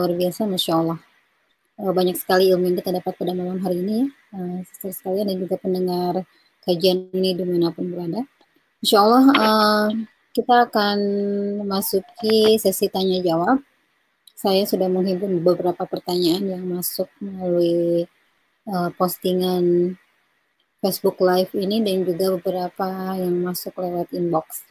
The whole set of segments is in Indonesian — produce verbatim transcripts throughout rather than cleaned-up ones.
luar biasa, Masya Allah. Uh, banyak sekali ilmu yang kita dapat pada malam hari ini ya, uh, sister sekalian dan juga pendengar kajian ini dimanapun berada. Insya Allah uh, kita akan memasuki sesi tanya jawab. Saya sudah menghimpun beberapa pertanyaan yang masuk melalui uh, postingan Facebook Live ini dan juga beberapa yang masuk lewat inbox.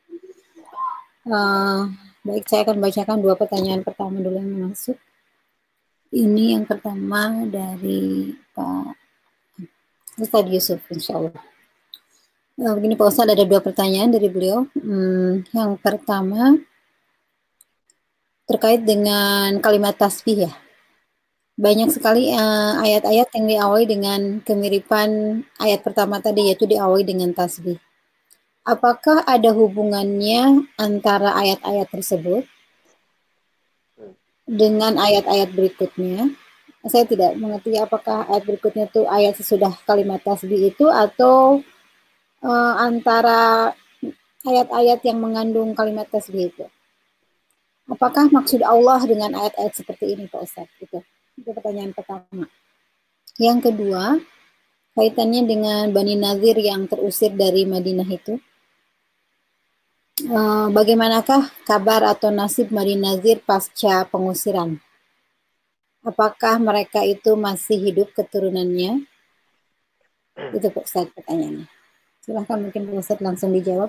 Uh, baik, saya akan bacakan dua pertanyaan pertama dulu yang masuk. Ini yang pertama dari Pak Ustadz Yusuf, insya Allah. Uh, begini Pak Ustadz, ada dua pertanyaan dari beliau. Hmm, yang pertama terkait dengan kalimat tasbih ya. Banyak sekali uh, ayat-ayat yang diawali dengan kemiripan ayat pertama tadi, yaitu diawali dengan tasbih. Apakah ada hubungannya antara ayat-ayat tersebut dengan ayat-ayat berikutnya? Saya tidak mengerti apakah ayat berikutnya itu ayat sesudah kalimat tasbih itu atau uh, antara ayat-ayat yang mengandung kalimat tasbih itu. Apakah maksud Allah dengan ayat-ayat seperti ini Pak Ustadz? Itu, itu pertanyaan pertama. Yang kedua, kaitannya dengan Bani Nadir yang terusir dari Madinah itu. Uh, bagaimanakah kabar atau nasib Bani Nadir pasca pengusiran? Apakah mereka itu masih hidup keturunannya? Itu Pak Ustadz pertanyaannya. Silahkan mungkin Pak Ustadz langsung dijawab.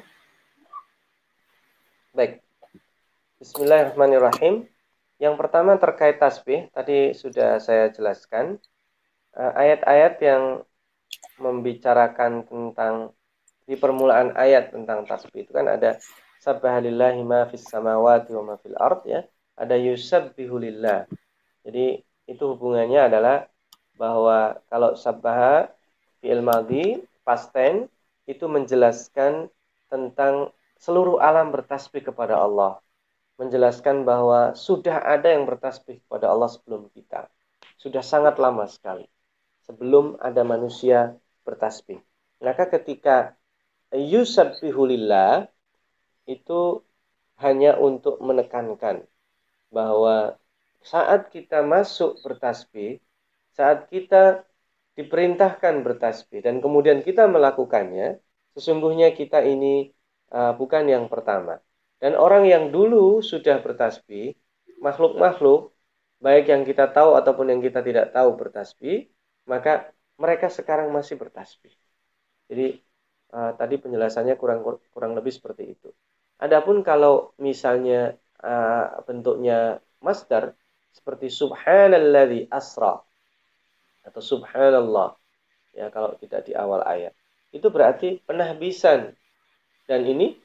Baik. Bismillahirrahmanirrahim. Yang pertama terkait tasbih, tadi sudah saya jelaskan. Ayat-ayat yang membicarakan tentang di permulaan ayat tentang tasbih itu kan ada Sabbahalillahi ma fis samawati wa ma fil ard ya. Ada yusabbihu lillah. Jadi itu hubungannya adalah bahwa kalau sabbaha fi'il madhi past tense itu menjelaskan tentang seluruh alam bertasbih kepada Allah. Menjelaskan bahwa sudah ada yang bertasbih kepada Allah sebelum kita. Sudah sangat lama sekali. Sebelum ada manusia bertasbih. Maka ketika yusabbihu lillah itu hanya untuk menekankan bahwa saat kita masuk bertasbih, saat kita diperintahkan bertasbih dan kemudian kita melakukannya, sesungguhnya kita ini uh, bukan yang pertama. Dan orang yang dulu sudah bertasbih, makhluk-makhluk, baik yang kita tahu ataupun yang kita tidak tahu bertasbih, maka mereka sekarang masih bertasbih. Jadi uh, tadi penjelasannya kurang kurang lebih seperti itu. Adapun kalau misalnya uh, bentuknya masdar seperti subhanalladzi asra atau subhanallah ya kalau tidak di awal ayat. Itu berarti penahbisan. Dan ini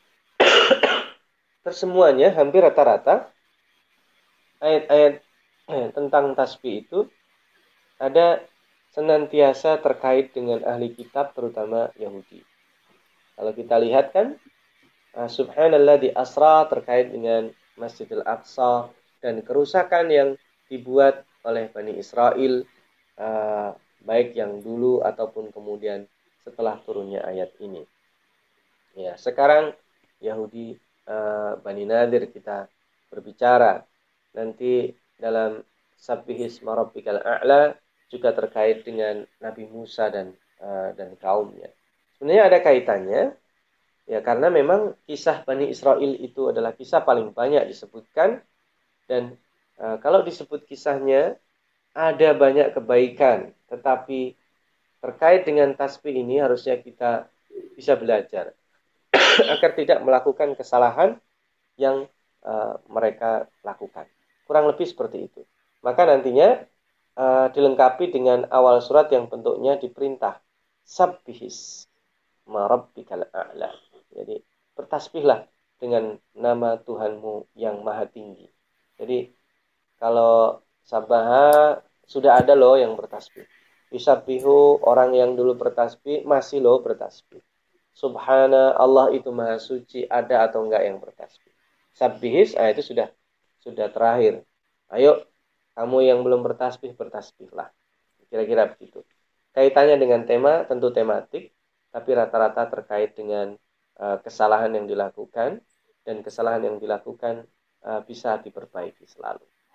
tersemuanya hampir rata-rata ayat-ayat tentang tasbih itu ada senantiasa terkait dengan ahli kitab terutama Yahudi. Kalau kita lihat kan subhanallah di asra terkait dengan Masjidil Aqsa dan kerusakan yang dibuat oleh Bani Israel uh, baik yang dulu ataupun kemudian setelah turunnya ayat ini. Ya, sekarang Yahudi uh, Bani Nadir kita berbicara. Nanti dalam Sabbihisma Rabbikal A'la juga terkait dengan Nabi Musa dan uh, dan kaumnya. Sebenarnya ada kaitannya. Ya, karena memang kisah Bani Israel itu adalah kisah paling banyak disebutkan. Dan uh, kalau disebut kisahnya ada banyak kebaikan. Tetapi terkait dengan tasbih ini harusnya kita bisa belajar agar tidak melakukan kesalahan yang uh, mereka lakukan. Kurang lebih seperti itu. Maka nantinya uh, dilengkapi dengan awal surat yang bentuknya diperintah. Sabbihis ma rabbikal a'la. Jadi bertasbihlah dengan nama Tuhanmu yang maha tinggi. Jadi kalau sabaha sudah ada loh yang bertasbih. Yusabbihu orang yang dulu bertasbih masih loh bertasbih. Subhana Allah itu maha suci, ada atau enggak yang bertasbih. Sabbihis, nah itu sudah sudah terakhir. Ayo kamu yang belum bertasbih bertasbihlah. Kira-kira begitu. Kaitannya dengan tema tentu tematik, tapi rata-rata terkait dengan uh, kesalahan yang dilakukan dan kesalahan yang dilakukan uh, bisa diperbaiki selalu.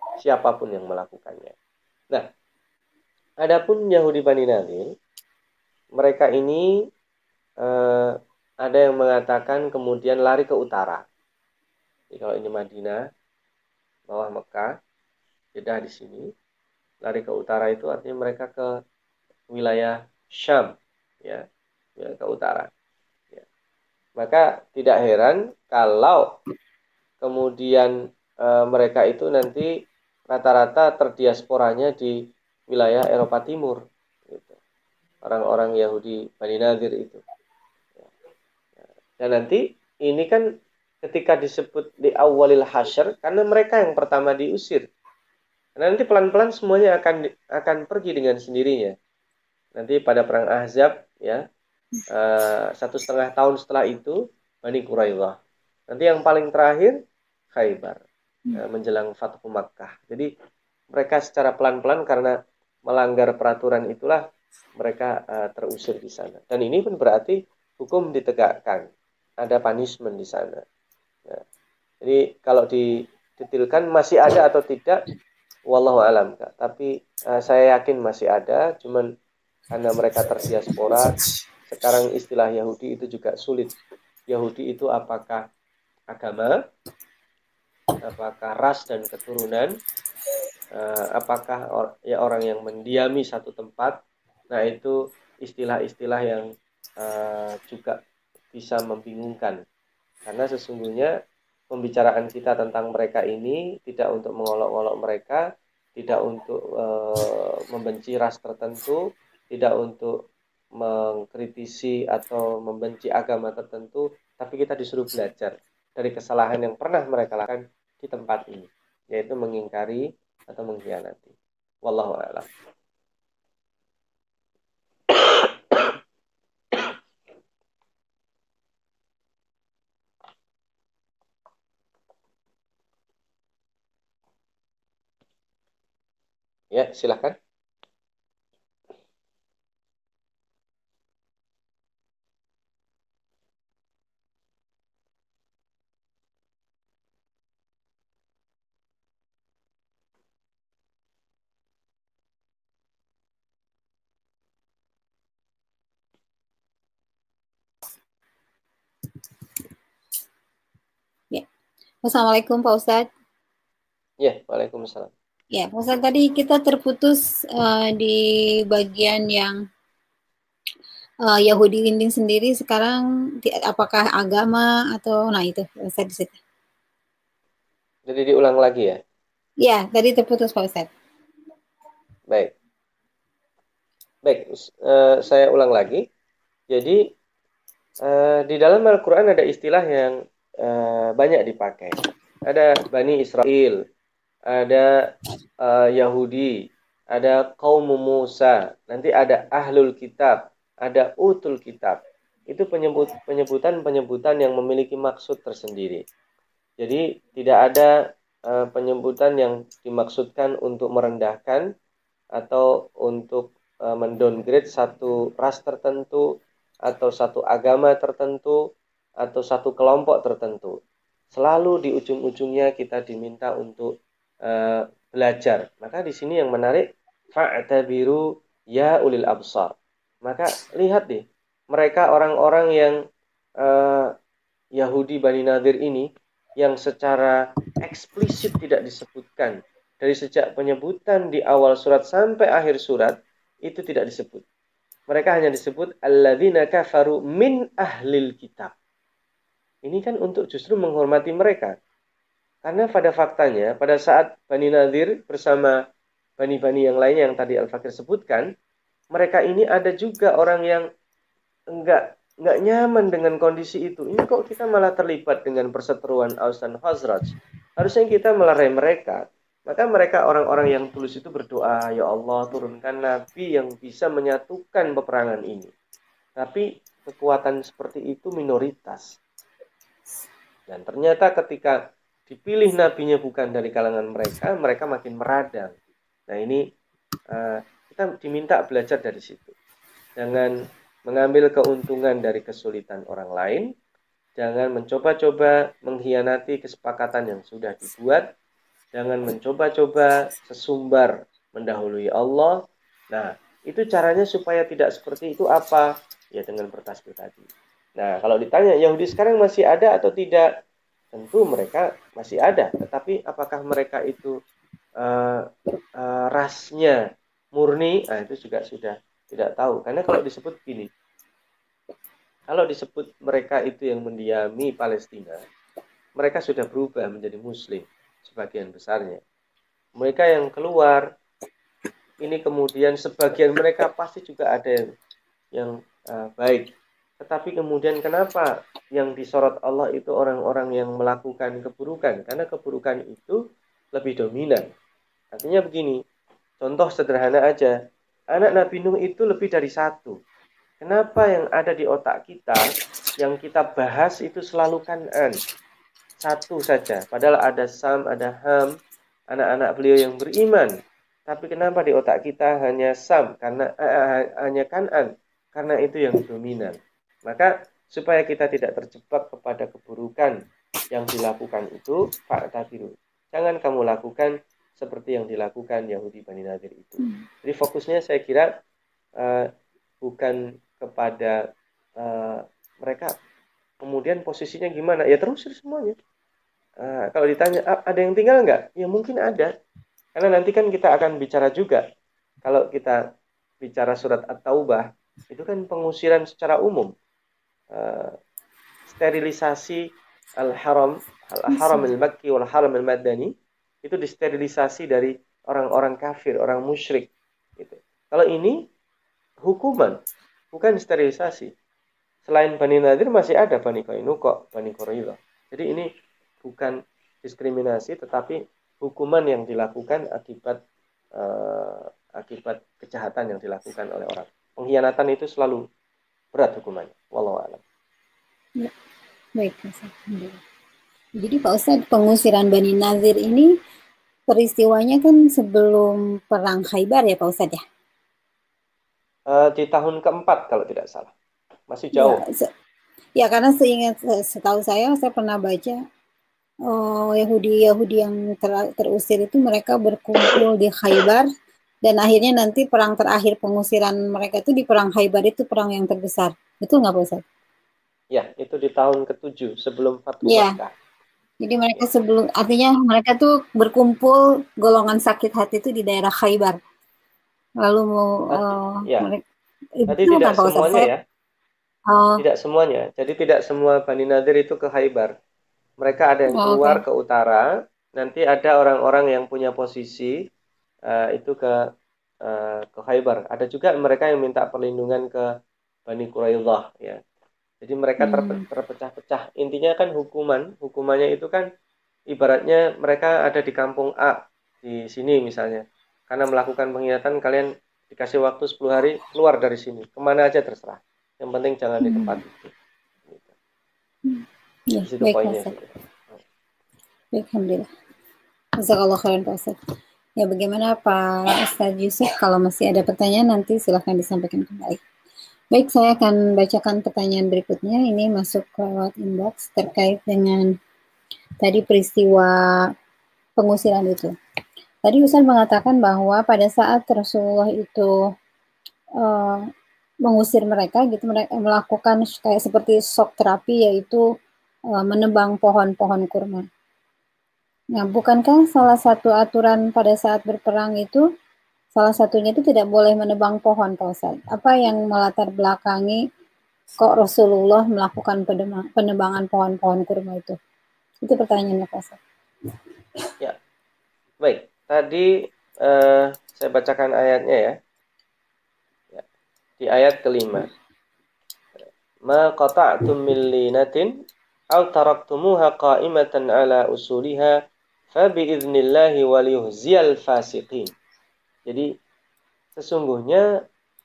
siapapun yang melakukannya. Nah, adapun Yahudi Bani Nadir, mereka ini eh, ada yang mengatakan kemudian lari ke utara. Jadi kalau ini Madinah, bawah Mekah, Jeddah di sini, lari ke utara itu artinya mereka ke wilayah Syam, ya, wilayah ke utara. Ya. Maka tidak heran kalau kemudian e, mereka itu nanti rata-rata terdiasporanya di wilayah Eropa Timur, gitu. Orang-orang Yahudi Bani Nadir itu. Dan nanti ini kan ketika disebut di awalil hasyr, karena mereka yang pertama diusir. Karena nanti pelan-pelan semuanya akan akan pergi dengan sendirinya. Nanti pada perang Ahzab, ya, uh, satu setengah tahun setelah itu Bani Quraidah. Nanti yang paling terakhir Khaybar, uh, menjelang Fathu Makkah. Jadi mereka secara pelan-pelan karena melanggar peraturan itulah mereka uh, terusir di sana. Dan ini pun berarti hukum ditegakkan, ada punishment di sana. Ya. Jadi kalau didetilkan masih ada atau tidak, wallahu alam, Kak. Tapi uh, saya yakin masih ada, cuman karena mereka terdiaspora, sekarang istilah Yahudi itu juga sulit. Yahudi itu apakah agama, apakah ras dan keturunan, apakah or, ya orang yang mendiami satu tempat. Nah, itu istilah-istilah yang uh, juga bisa membingungkan. Karena sesungguhnya pembicaraan kita tentang mereka ini tidak untuk mengolok-olok mereka, tidak untuk uh, membenci ras tertentu, tidak untuk mengkritisi atau membenci agama tertentu, tapi kita disuruh belajar dari kesalahan yang pernah mereka lakukan di tempat ini, yaitu mengingkari atau mengkhianati. Wallahu a'lam. Ya, silakan. Ya. Assalamualaikum Pak Ustadz. Ya, waalaikumsalam. Ya, Pak Ustadz, tadi kita terputus uh, di bagian yang uh, Yahudi Winding sendiri sekarang di, apakah agama atau nah itu Ustadz di situ. Jadi diulang lagi ya? Ya, tadi terputus Pak Ustadz. Baik. Baik, uh, saya ulang lagi. Jadi uh, di dalam Al-Quran ada istilah yang uh, banyak dipakai. Ada Bani Israel, ada uh, Yahudi, ada kaum Musa, nanti ada Ahlul Kitab, ada Utul Kitab. Itu penyebut, penyebutan-penyebutan yang memiliki maksud tersendiri. Jadi tidak ada uh, penyebutan yang dimaksudkan untuk merendahkan atau untuk uh, mendowngrade satu ras tertentu atau satu agama tertentu atau satu kelompok tertentu. Selalu di ujung-ujungnya kita diminta untuk uh, belajar. Maka di sini yang menarik, fa'tabiru ya ulil absar. Maka lihat deh, mereka orang-orang yang uh, Yahudi Bani Nadir ini yang secara eksplisit tidak disebutkan dari sejak penyebutan di awal surat sampai akhir surat itu tidak disebut. Mereka hanya disebut alladzina kafaru min ahlil kitab. Ini kan untuk justru menghormati mereka. Karena pada faktanya pada saat Bani Nadir bersama bani-bani yang lainnya yang tadi Al-Fakir sebutkan, mereka ini ada juga orang yang enggak enggak nyaman dengan kondisi itu. Ini kok kita malah terlibat dengan perseteruan Aus dan Khazraj. Harusnya kita melerai mereka. Maka mereka orang-orang yang tulus itu berdoa, ya Allah turunkan Nabi yang bisa menyatukan peperangan ini. Tapi kekuatan seperti itu minoritas. Dan ternyata ketika dipilih nabinya bukan dari kalangan mereka, mereka makin meradang. Nah ini uh, kita diminta belajar dari situ. Jangan mengambil keuntungan dari kesulitan orang lain. Jangan mencoba-coba mengkhianati kesepakatan yang sudah dibuat. Jangan mencoba-coba sesumbar mendahului Allah. Nah, itu caranya supaya tidak seperti itu apa? Ya dengan bertasbih tadi. Nah, kalau ditanya Yahudi sekarang masih ada atau tidak? Tentu mereka masih ada. Tetapi apakah mereka itu uh, uh, rasnya murni? Nah, itu juga sudah tidak tahu. Karena kalau disebut gini, kalau disebut mereka itu yang mendiami Palestina, mereka sudah berubah menjadi Muslim sebagian besarnya. Mereka yang keluar ini kemudian sebagian mereka pasti juga ada yang yang uh, baik. Tetapi kemudian kenapa yang disorot Allah itu orang-orang yang melakukan keburukan? Karena keburukan itu lebih dominan. Artinya begini, contoh sederhana aja, anak Nabi Nuh itu lebih dari satu. Kenapa yang ada di otak kita, yang kita bahas itu selalu Kan'an? Satu saja, padahal ada Sam, ada Ham, anak-anak beliau yang beriman. Tapi kenapa di otak kita hanya Sam? Karena eh, hanya Kan'an, karena itu yang dominan. Maka supaya kita tidak terjebak kepada keburukan yang dilakukan itu, fa'tabiru. Jangan kamu lakukan seperti yang dilakukan Yahudi Bani Nadir itu. Jadi fokusnya saya kira uh, bukan kepada uh, mereka. Kemudian posisinya gimana? Ya terusir semuanya. Uh, kalau ditanya, ada yang tinggal nggak? Ya mungkin ada. Karena nanti kan kita akan bicara juga. Kalau kita bicara surat At-Taubah, itu kan pengusiran secara umum. Uh, sterilisasi Al-Haram, Al-Haram Al-Makki wal-Haram Al-Madani, itu disterilisasi dari orang-orang kafir, orang musyrik. Gitu. Kalau ini, hukuman, bukan sterilisasi. Selain Bani Nadir masih ada Bani Qainuqa, Bani Quraidah. Jadi ini bukan diskriminasi, tetapi hukuman yang dilakukan akibat uh, akibat kejahatan yang dilakukan oleh orang. Pengkhianatan itu selalu berat hukumannya. Wallahu a'lam. Ya, baik, Ustaz. Jadi Pak Ustadz, pengusiran Bani Nadir ini peristiwanya kan sebelum perang Khaybar ya Pak Ustadz ya? Uh, di tahun keempat kalau tidak salah. Masih Ya, jauh. se- ya karena seingat setahu saya, saya pernah baca oh, Yahudi-Yahudi yang ter- terusir itu mereka berkumpul di Khaybar dan akhirnya nanti perang terakhir pengusiran mereka itu di perang Khaybar itu perang yang terbesar. Betul nggak Pak Ustadz? Ya, itu di tahun ketujuh sebelum Fathu Ya, Makkah. jadi mereka sebelum artinya mereka tuh berkumpul golongan sakit hati itu di daerah Khaybar. Lalu mau Tadi, uh, ya, mereka tadi itu tidak kan Pak Ustadz semuanya saya ya. oh, Tidak semuanya. Jadi tidak semua Bani Nadir itu ke Khaybar. Mereka ada yang oh, oke. keluar Okay. ke utara. Nanti ada orang-orang yang punya posisi uh, itu ke uh, ke Khaybar. Ada juga mereka yang minta perlindungan ke Bani Quraidah ya. Jadi mereka terpe- Hmm. terpecah-pecah. Intinya kan hukuman, hukumannya itu kan ibaratnya mereka ada di kampung A di sini misalnya. Karena melakukan pengkhianatan kalian dikasih waktu sepuluh hari keluar dari sini. Kemana aja terserah. Yang penting jangan di tempat Hmm. itu. Gitu. Ya, Di situ baik Pak poinnya Ustadz. sudah. Baik, Alhamdulillah. Jazakallah khairan Pak Ustadz. Ya, bagaimana Pak Ustadz Yusuf? Kalau masih ada pertanyaan nanti silahkan disampaikan kembali. Baik, saya akan bacakan pertanyaan berikutnya. Ini masuk lewat inbox terkait dengan tadi peristiwa pengusiran itu. Tadi Ustaz mengatakan bahwa pada saat Rasulullah itu uh, mengusir mereka, gitu mereka melakukan kayak seperti shock terapi, yaitu uh, menebang pohon-pohon kurma. Nah, bukankah salah satu aturan pada saat berperang itu, salah satunya itu tidak boleh menebang pohon, Pak Ustaz? Apa yang melatar belakangi kok Rasulullah melakukan penebangan pohon-pohon kurma itu? Itu pertanyaannya, Pak Ustaz. Ya, baik. Tadi eh, saya bacakan ayatnya ya. Ya. Di ayat kelima. Ma qata'tum min linatin aw taraktumuha qa'imatan ala usuliha fa biiznillahi waliyuhziyal fasiqin. Jadi sesungguhnya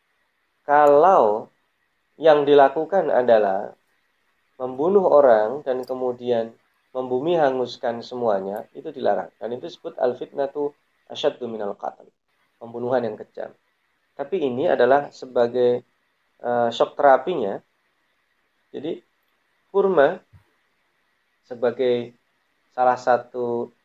kalau yang dilakukan adalah membunuh orang dan kemudian membumi hanguskan semuanya, itu dilarang. Dan itu disebut al-fitnatu asyaddu minal qatl. Pembunuhan yang kejam. Tapi ini adalah sebagai uh, shock terapinya. Jadi kurma sebagai salah satu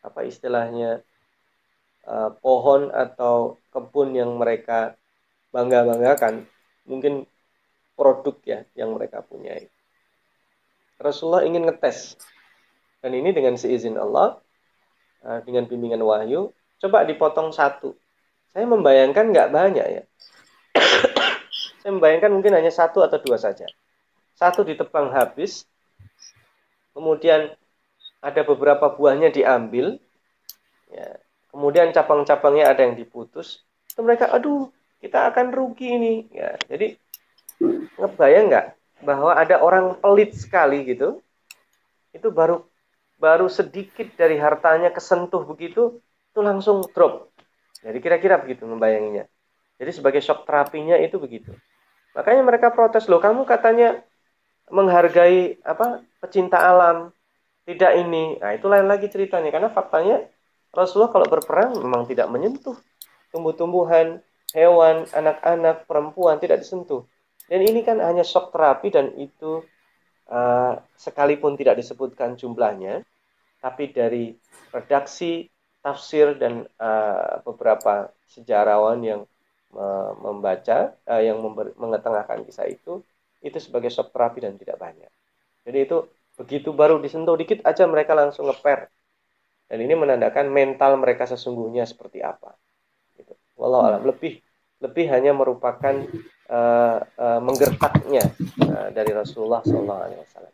apa istilahnya uh, pohon atau kebun yang mereka bangga-banggakan, mungkin produk ya yang mereka punyai. Rasulullah ingin ngetes, dan ini dengan seizin Allah, uh, dengan bimbingan wahyu, coba dipotong satu. Saya membayangkan nggak banyak ya. Saya membayangkan mungkin hanya satu atau dua saja. Satu ditebang habis, kemudian ada beberapa buahnya diambil, ya. Kemudian cabang-cabangnya ada yang diputus. Itu mereka, aduh, kita akan rugi ini. Ya, jadi ngebayang nggak bahwa ada orang pelit sekali gitu, itu baru baru sedikit dari hartanya kesentuh begitu, itu langsung drop. Jadi kira-kira begitu membayanginya. Jadi sebagai shock terapinya itu begitu. Makanya mereka protes, loh kamu katanya menghargai apa pecinta alam, tidak ini. Nah itu lain lagi ceritanya, karena faktanya Rasulullah kalau berperang memang tidak menyentuh tumbuh-tumbuhan, hewan, anak-anak, perempuan, tidak disentuh. Dan ini kan hanya shock terapi, dan itu uh, sekalipun tidak disebutkan jumlahnya, tapi dari redaksi, tafsir, dan uh, beberapa sejarawan yang uh, membaca, uh, yang member, mengetengahkan kisah itu, itu sebagai shock terapi dan tidak banyak. Jadi itu begitu baru disentuh dikit aja mereka langsung ngeper. Dan ini menandakan mental mereka sesungguhnya seperti apa. Gitu. Wallahu a'lam. Lebih lebih hanya merupakan uh, uh, menggertaknya uh, dari Rasulullah shallallahu alaihi wasallam.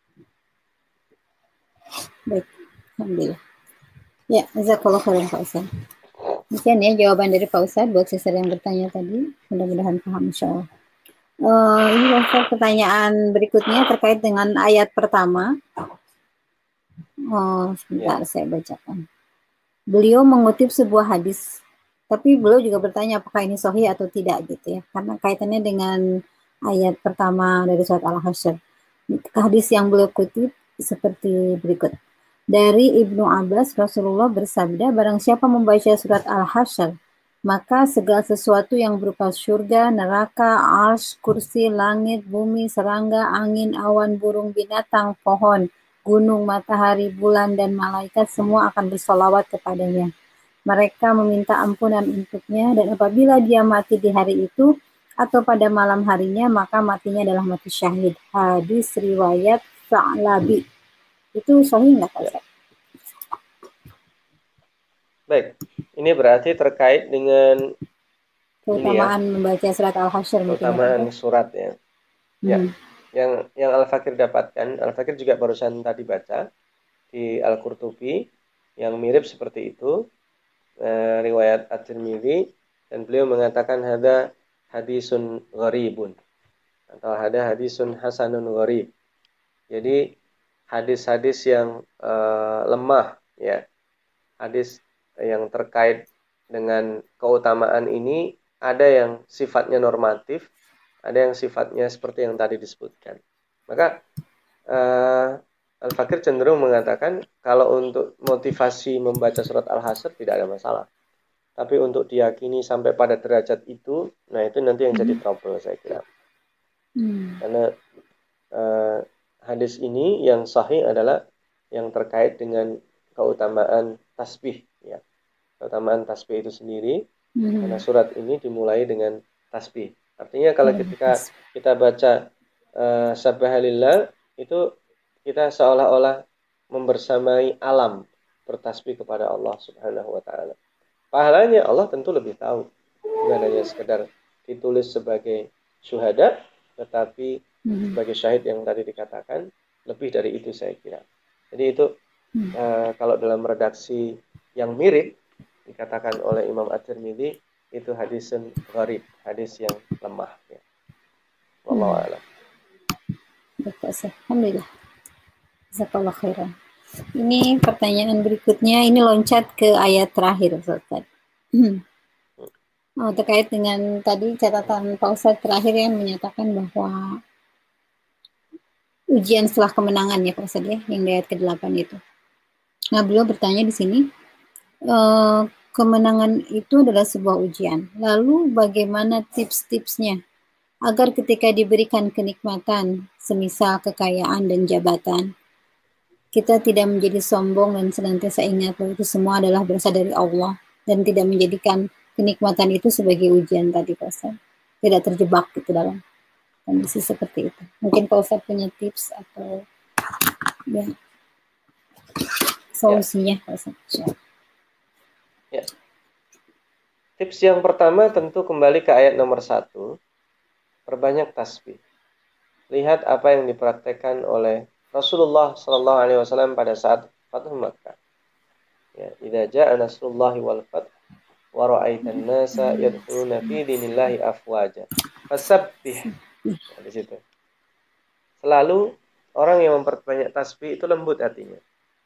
Baik, alhamdulillah. Ya, jazakallah khairan Pak Ustaz. Demikian ya jawaban dari Pak Ustaz buat sister yang bertanya tadi. Mudah-mudahan paham insyaallah. Uh, ini Ustaz, pertanyaan berikutnya terkait dengan ayat pertama. Oh, sebentar ya. Saya bacakan. Beliau mengutip sebuah hadis, tapi beliau juga bertanya apakah ini sahih atau tidak gitu ya, karena kaitannya dengan ayat pertama dari surat Al-Hasyr. Hadis yang beliau kutip seperti berikut. Dari Ibnu Abbas, Rasulullah bersabda, barang siapa membaca surat Al-Hasyr, maka segala sesuatu yang berupa surga, neraka, arsy, kursi, langit, bumi, serangga, angin, awan, burung, binatang, pohon, gunung, matahari, bulan, dan malaikat semua akan bersolawat kepadanya. Mereka meminta ampunan untuknya, dan apabila dia mati di hari itu atau pada malam harinya, maka matinya adalah mati syahid. Hadis riwayat Sa'labi. Itu sahih nggak, Pak? Baik, ini berarti terkait dengan keutamaan ya, membaca surat Al-Hasyr. Keutamaan surat ya. Hmm. Ya, yang yang Al-Fakir dapatkan, Al-Fakir juga barusan tadi baca di Al-Qurtubi yang mirip seperti itu, eh, riwayat At-Tirmidzi, dan beliau mengatakan hada hadisun gharibun atau hada hadisun hasanun gharib. Jadi hadis-hadis yang eh, lemah ya. Hadis yang terkait dengan keutamaan ini ada yang sifatnya normatif, ada yang sifatnya seperti yang tadi disebutkan. Maka uh, Al-Fakir cenderung mengatakan kalau untuk motivasi membaca surat Al-Hasyr tidak ada masalah. Tapi untuk diyakini sampai pada derajat itu, nah itu nanti yang jadi trouble saya kira. Hmm. Karena uh, hadis ini yang sahih adalah yang terkait dengan keutamaan tasbih ya. Keutamaan tasbih itu sendiri, hmm. karena surat ini dimulai dengan tasbih. Artinya kalau ketika kita baca uh, Sabbahalillah, itu kita seolah-olah membersamai alam bertasbih kepada Allah Subhanahu wa taala. Pahalanya Allah tentu lebih tahu. Bukan hanya sekedar ditulis sebagai syuhada, tetapi hmm. sebagai syahid yang tadi dikatakan, lebih dari itu saya kira. Jadi itu hmm. uh, kalau dalam redaksi yang mirip dikatakan oleh Imam At-Tirmidzi, itu hadisun gharib, hadis yang lemah ya. Wallahu a'lam. Alhamdulillah. Jazakallah khairan. Ini pertanyaan berikutnya, ini loncat ke ayat terakhir Ustaz. Oh, terkait dengan tadi catatan Pak Ustaz terakhir yang menyatakan bahwa ujian setelah kemenangan ya Pak Ustaz ya, yang di ayat kedelapan itu. Nah, beliau bertanya di sini, Uh, kemenangan itu adalah sebuah ujian. Lalu bagaimana tips-tipsnya agar ketika diberikan kenikmatan, semisal kekayaan dan jabatan, kita tidak menjadi sombong dan senantiasa ingat bahwa itu semua adalah berasal dari Allah dan tidak menjadikan kenikmatan itu sebagai ujian tadi Pak Ustaz. Tidak terjebak gitu dalam kondisi seperti itu. Mungkin Pak Ustaz punya tips atau ya solusinya Pak Ustaz. Ya. Tips yang pertama tentu kembali ke ayat nomor satu. Perbanyak tasbih. Lihat apa yang dipraktekkan oleh Rasulullah Shallallahu Alaihi Wasallam pada saat Fathu Makkah. Ya, idza jaa nasrullahi wal fath wa ra'aitan nasa yadkhuluna fi dinillahi afwaja. Fasabbih. Nah, di situ. Selalu orang yang memperbanyak tasbih itu lembut hatinya.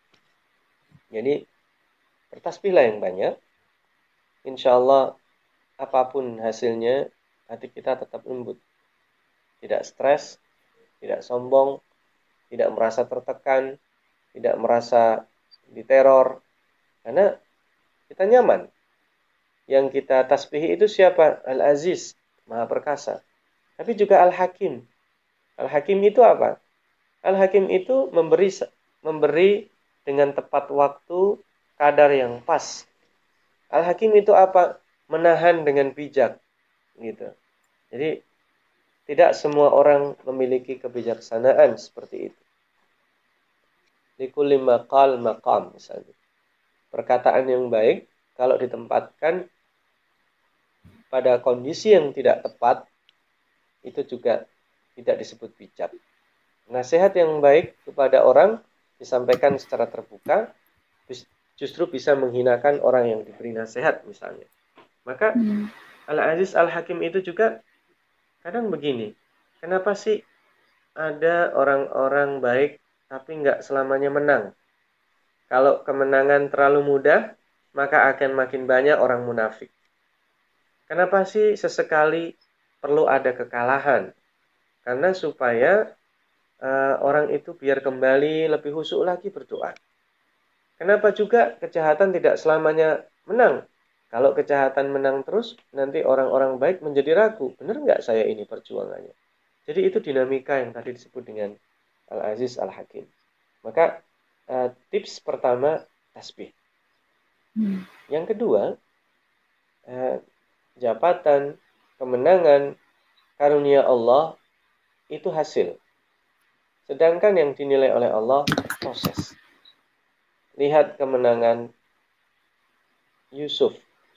Jadi bertasbihlah yang banyak. Insya Allah apapun hasilnya hati kita tetap lembut. Tidak stres, tidak sombong, tidak merasa tertekan, tidak merasa diteror. Karena kita nyaman. Yang kita tasbihi itu siapa? Al-Aziz, Maha Perkasa. Tapi juga Al-Hakim. Al-Hakim itu apa? Al-Hakim itu memberi memberi dengan tepat waktu, kadar yang pas. Al-Hakim itu apa? Menahan dengan bijak. Gitu. Jadi tidak semua orang memiliki kebijaksanaan seperti itu. Likulli maqal maqam misalnya. Perkataan yang baik kalau ditempatkan pada kondisi yang tidak tepat itu juga tidak disebut bijak. Nasihat yang baik kepada orang disampaikan secara terbuka justru bisa menghinakan orang yang diberi nasihat misalnya. Maka hmm. Al-Aziz Al-Hakim itu juga kadang begini. Kenapa sih ada orang-orang baik tapi nggak selamanya menang? Kalau kemenangan terlalu mudah, maka akan makin banyak orang munafik. Kenapa sih sesekali perlu ada kekalahan? Karena supaya uh, orang itu biar kembali lebih khusyuk lagi berdoa. Kenapa juga kejahatan tidak selamanya menang? Kalau kejahatan menang terus, nanti orang-orang baik menjadi ragu. Benar nggak saya ini perjuangannya? Jadi itu dinamika yang tadi disebut dengan Al-Aziz Al-Hakim. Maka uh, tips pertama, tasbih. Hmm. Yang kedua, uh, jabatan, kemenangan, karunia Allah itu hasil. Sedangkan yang dinilai oleh Allah proses. Lihat kemenangan Yusuf.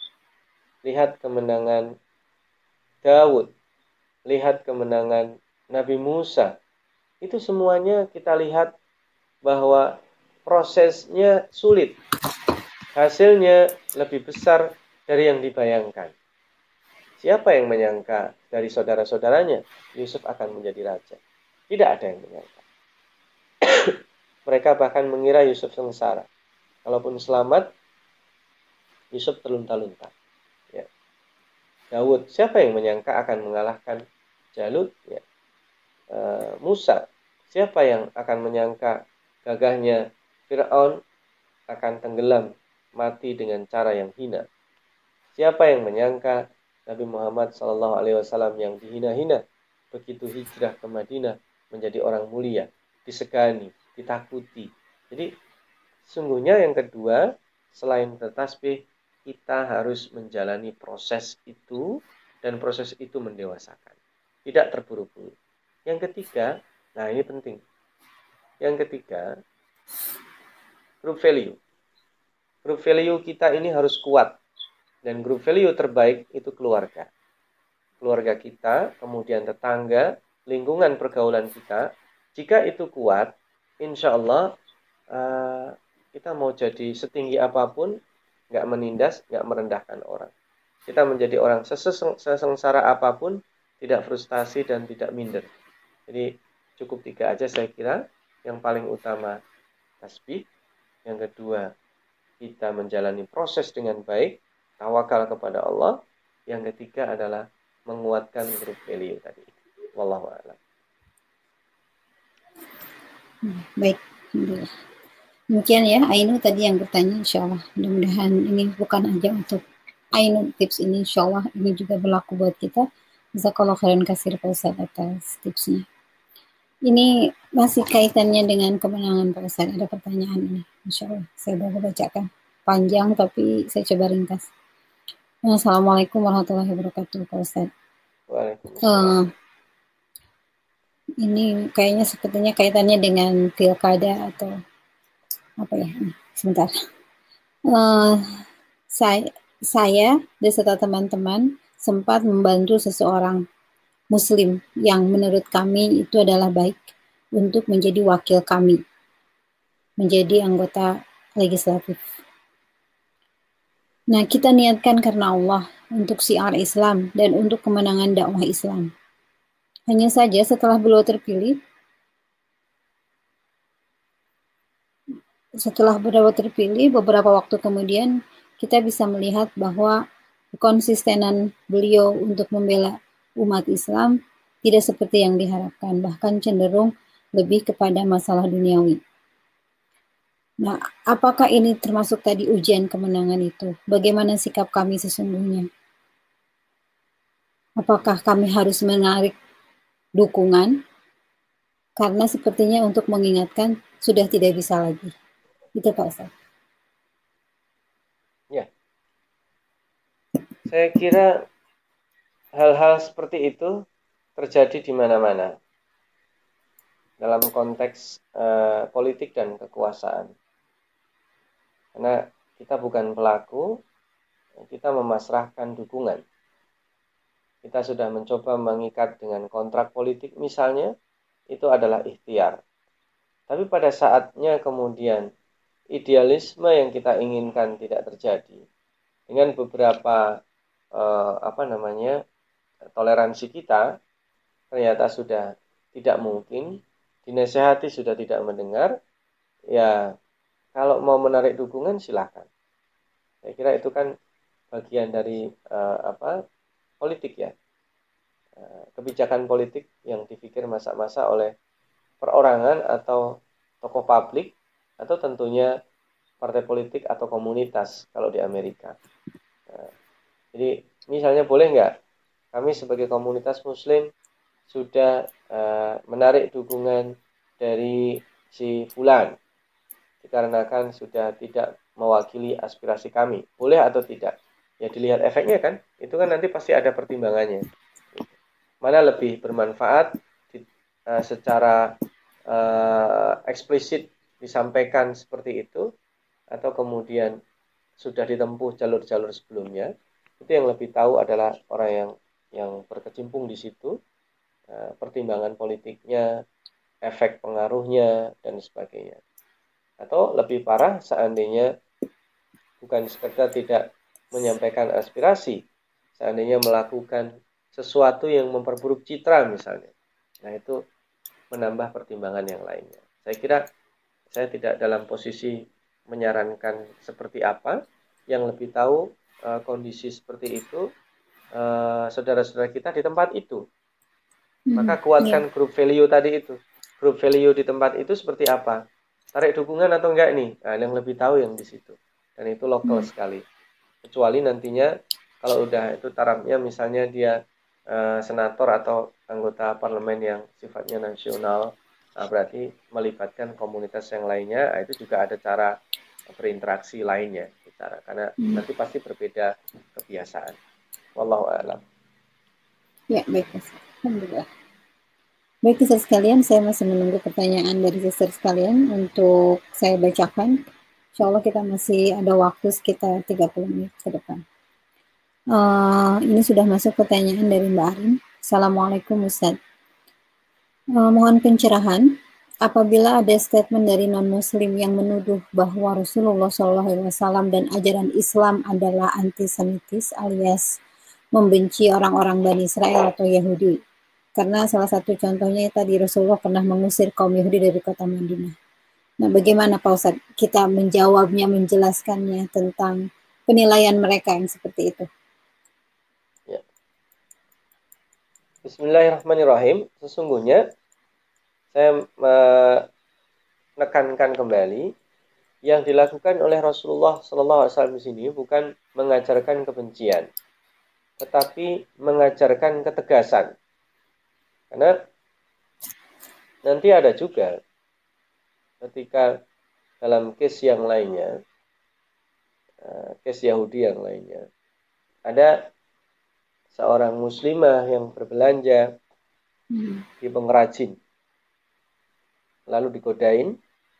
Lihat kemenangan Daud. Lihat kemenangan Nabi Musa. Itu semuanya kita lihat bahwa prosesnya sulit. Hasilnya lebih besar dari yang dibayangkan. Siapa yang menyangka dari saudara-saudaranya Yusuf akan menjadi raja? Tidak ada yang menyangka. Mereka bahkan mengira Yusuf sengsara. Kalaupun selamat, Yusuf terlunta-lunta. Ya. Daud, siapa yang menyangka akan mengalahkan Jalut? Ya. E, Musa, siapa yang akan menyangka gagahnya Fir'aun akan tenggelam mati dengan cara yang hina? Siapa yang menyangka Nabi Muhammad shallallahu alaihi wasallam yang dihina-hina begitu hijrah ke Madinah menjadi orang mulia, disegani, ditakuti. Jadi sungguhnya yang kedua, selain bertasbih, kita harus menjalani proses itu dan proses itu mendewasakan. Tidak terburu-buru. Yang ketiga, nah ini penting. Yang ketiga, group value. Group value kita ini harus kuat. Dan group value terbaik itu keluarga. Keluarga kita, kemudian tetangga, lingkungan pergaulan kita. Jika itu kuat, insya Allah uh, kita mau jadi setinggi apapun, nggak menindas, nggak merendahkan orang. Kita menjadi orang sesengsara apapun, tidak frustasi dan tidak minder. Jadi cukup tiga aja saya kira. Yang paling utama tasbih. Yang kedua, kita menjalani proses dengan baik. Tawakal kepada Allah. Yang ketiga adalah menguatkan group value tadi. Wallahu a'lam. Baik. Demikian ya, Ainu tadi yang bertanya, insya Allah. Mudah-mudahan ini bukan aja untuk Ainu tips ini, insya Allah ini juga berlaku buat kita. Jazakallahu khairan katsir Pak Ustaz atas tipsnya. Ini masih kaitannya dengan kemenangan Pak Ustadz. Ada pertanyaan ini. Insya Allah saya baru bacakan. Panjang tapi saya coba ringkas. Assalamualaikum warahmatullahi wabarakatuh Pak Ustadz. Waalaikumsalam. Uh, ini kayaknya sepertinya kaitannya dengan pilkada atau apa ya? Sebentar. Uh, saya, saya beserta teman-teman sempat membantu seseorang Muslim yang menurut kami itu adalah baik untuk menjadi wakil kami, menjadi anggota legislatif. Nah, kita niatkan karena Allah untuk syiar Islam dan untuk kemenangan dakwah Islam. Hanya saja setelah beliau terpilih, setelah beliau terpilih beberapa waktu kemudian kita bisa melihat bahwa konsistenan beliau untuk membela umat Islam tidak seperti yang diharapkan, bahkan cenderung lebih kepada masalah duniawi. Nah, apakah ini termasuk tadi ujian kemenangan itu? Bagaimana sikap kami sesungguhnya? Apakah kami harus menarik dukungan? Karena sepertinya untuk mengingatkan sudah tidak bisa lagi. Itu Pak Ustaz. Ya. Saya kira hal-hal seperti itu terjadi di mana-mana dalam konteks uh, politik dan kekuasaan. Karena kita bukan pelaku, kita memasrahkan dukungan. Kita sudah mencoba mengikat dengan kontrak politik misalnya, itu adalah ikhtiar. Tapi pada saatnya kemudian idealisme yang kita inginkan tidak terjadi, dengan beberapa eh, apa namanya toleransi kita ternyata sudah tidak mungkin, dinasehati sudah tidak mendengar, ya kalau mau menarik dukungan silahkan. Saya kira itu kan bagian dari eh, apa politik ya, eh, kebijakan politik yang dipikir masa-masa oleh perorangan atau tokoh publik atau tentunya partai politik atau komunitas kalau di Amerika. Nah, jadi misalnya boleh nggak kami sebagai komunitas Muslim sudah uh, menarik dukungan dari si fulan dikarenakan sudah tidak mewakili aspirasi kami. Boleh atau tidak? Ya dilihat efeknya kan. Itu kan nanti pasti ada pertimbangannya. Mana lebih bermanfaat di, uh, secara uh, eksplisit disampaikan seperti itu atau kemudian sudah ditempuh jalur-jalur sebelumnya, itu yang lebih tahu adalah orang yang yang berkecimpung di situ, uh, pertimbangan politiknya, efek pengaruhnya dan sebagainya. Atau lebih parah seandainya bukan sekedar tidak menyampaikan aspirasi, seandainya melakukan sesuatu yang memperburuk citra misalnya. Nah, itu menambah pertimbangan yang lainnya. Saya kira saya tidak dalam posisi menyarankan seperti apa, yang lebih tahu uh, kondisi seperti itu uh, saudara-saudara kita di tempat itu. Maka kuatkan yeah. Group value tadi itu. Group value di tempat itu seperti apa? Tarik dukungan atau enggak nih? Nah, yang lebih tahu yang di situ. Dan itu lokal hmm. sekali. Kecuali nantinya kalau udah itu tarafnya misalnya dia uh, senator atau anggota parlemen yang sifatnya nasional, nah berarti melibatkan komunitas yang lainnya, nah itu juga ada cara berinteraksi lainnya. Cara. Karena hmm. nanti pasti berbeda kebiasaan. Wallahu a'lam. Ya, baik. Alhamdulillah. Baik, sister sekalian, saya masih menunggu pertanyaan dari sister sekalian untuk saya bacakan. Insya Allah kita masih ada waktu sekitar tiga puluh menit ke depan. Uh, ini sudah masuk pertanyaan dari Mbak Arin. Assalamualaikum Ustaz. Uh, mohon pencerahan, apabila ada statement dari non-muslim yang menuduh bahwa Rasulullah shallallahu alaihi wasallam dan ajaran Islam adalah antisemitis alias membenci orang-orang Bani Israel atau Yahudi. Karena salah satu contohnya tadi Rasulullah pernah mengusir kaum Yahudi dari kota Madinah. Nah, bagaimana Pak Ustadz kita menjawabnya, menjelaskannya tentang penilaian mereka yang seperti itu? Ya. Bismillahirrahmanirrahim. Sesungguhnya saya menekankan kembali yang dilakukan oleh Rasulullah Shallallahu Alaihi Wasallam di sini bukan mengajarkan kebencian, tetapi mengajarkan ketegasan. Karena Nanti ada juga ketika dalam case yang lainnya, case Yahudi yang lainnya, ada seorang muslimah yang berbelanja Hmm. di pengrajin, lalu digodain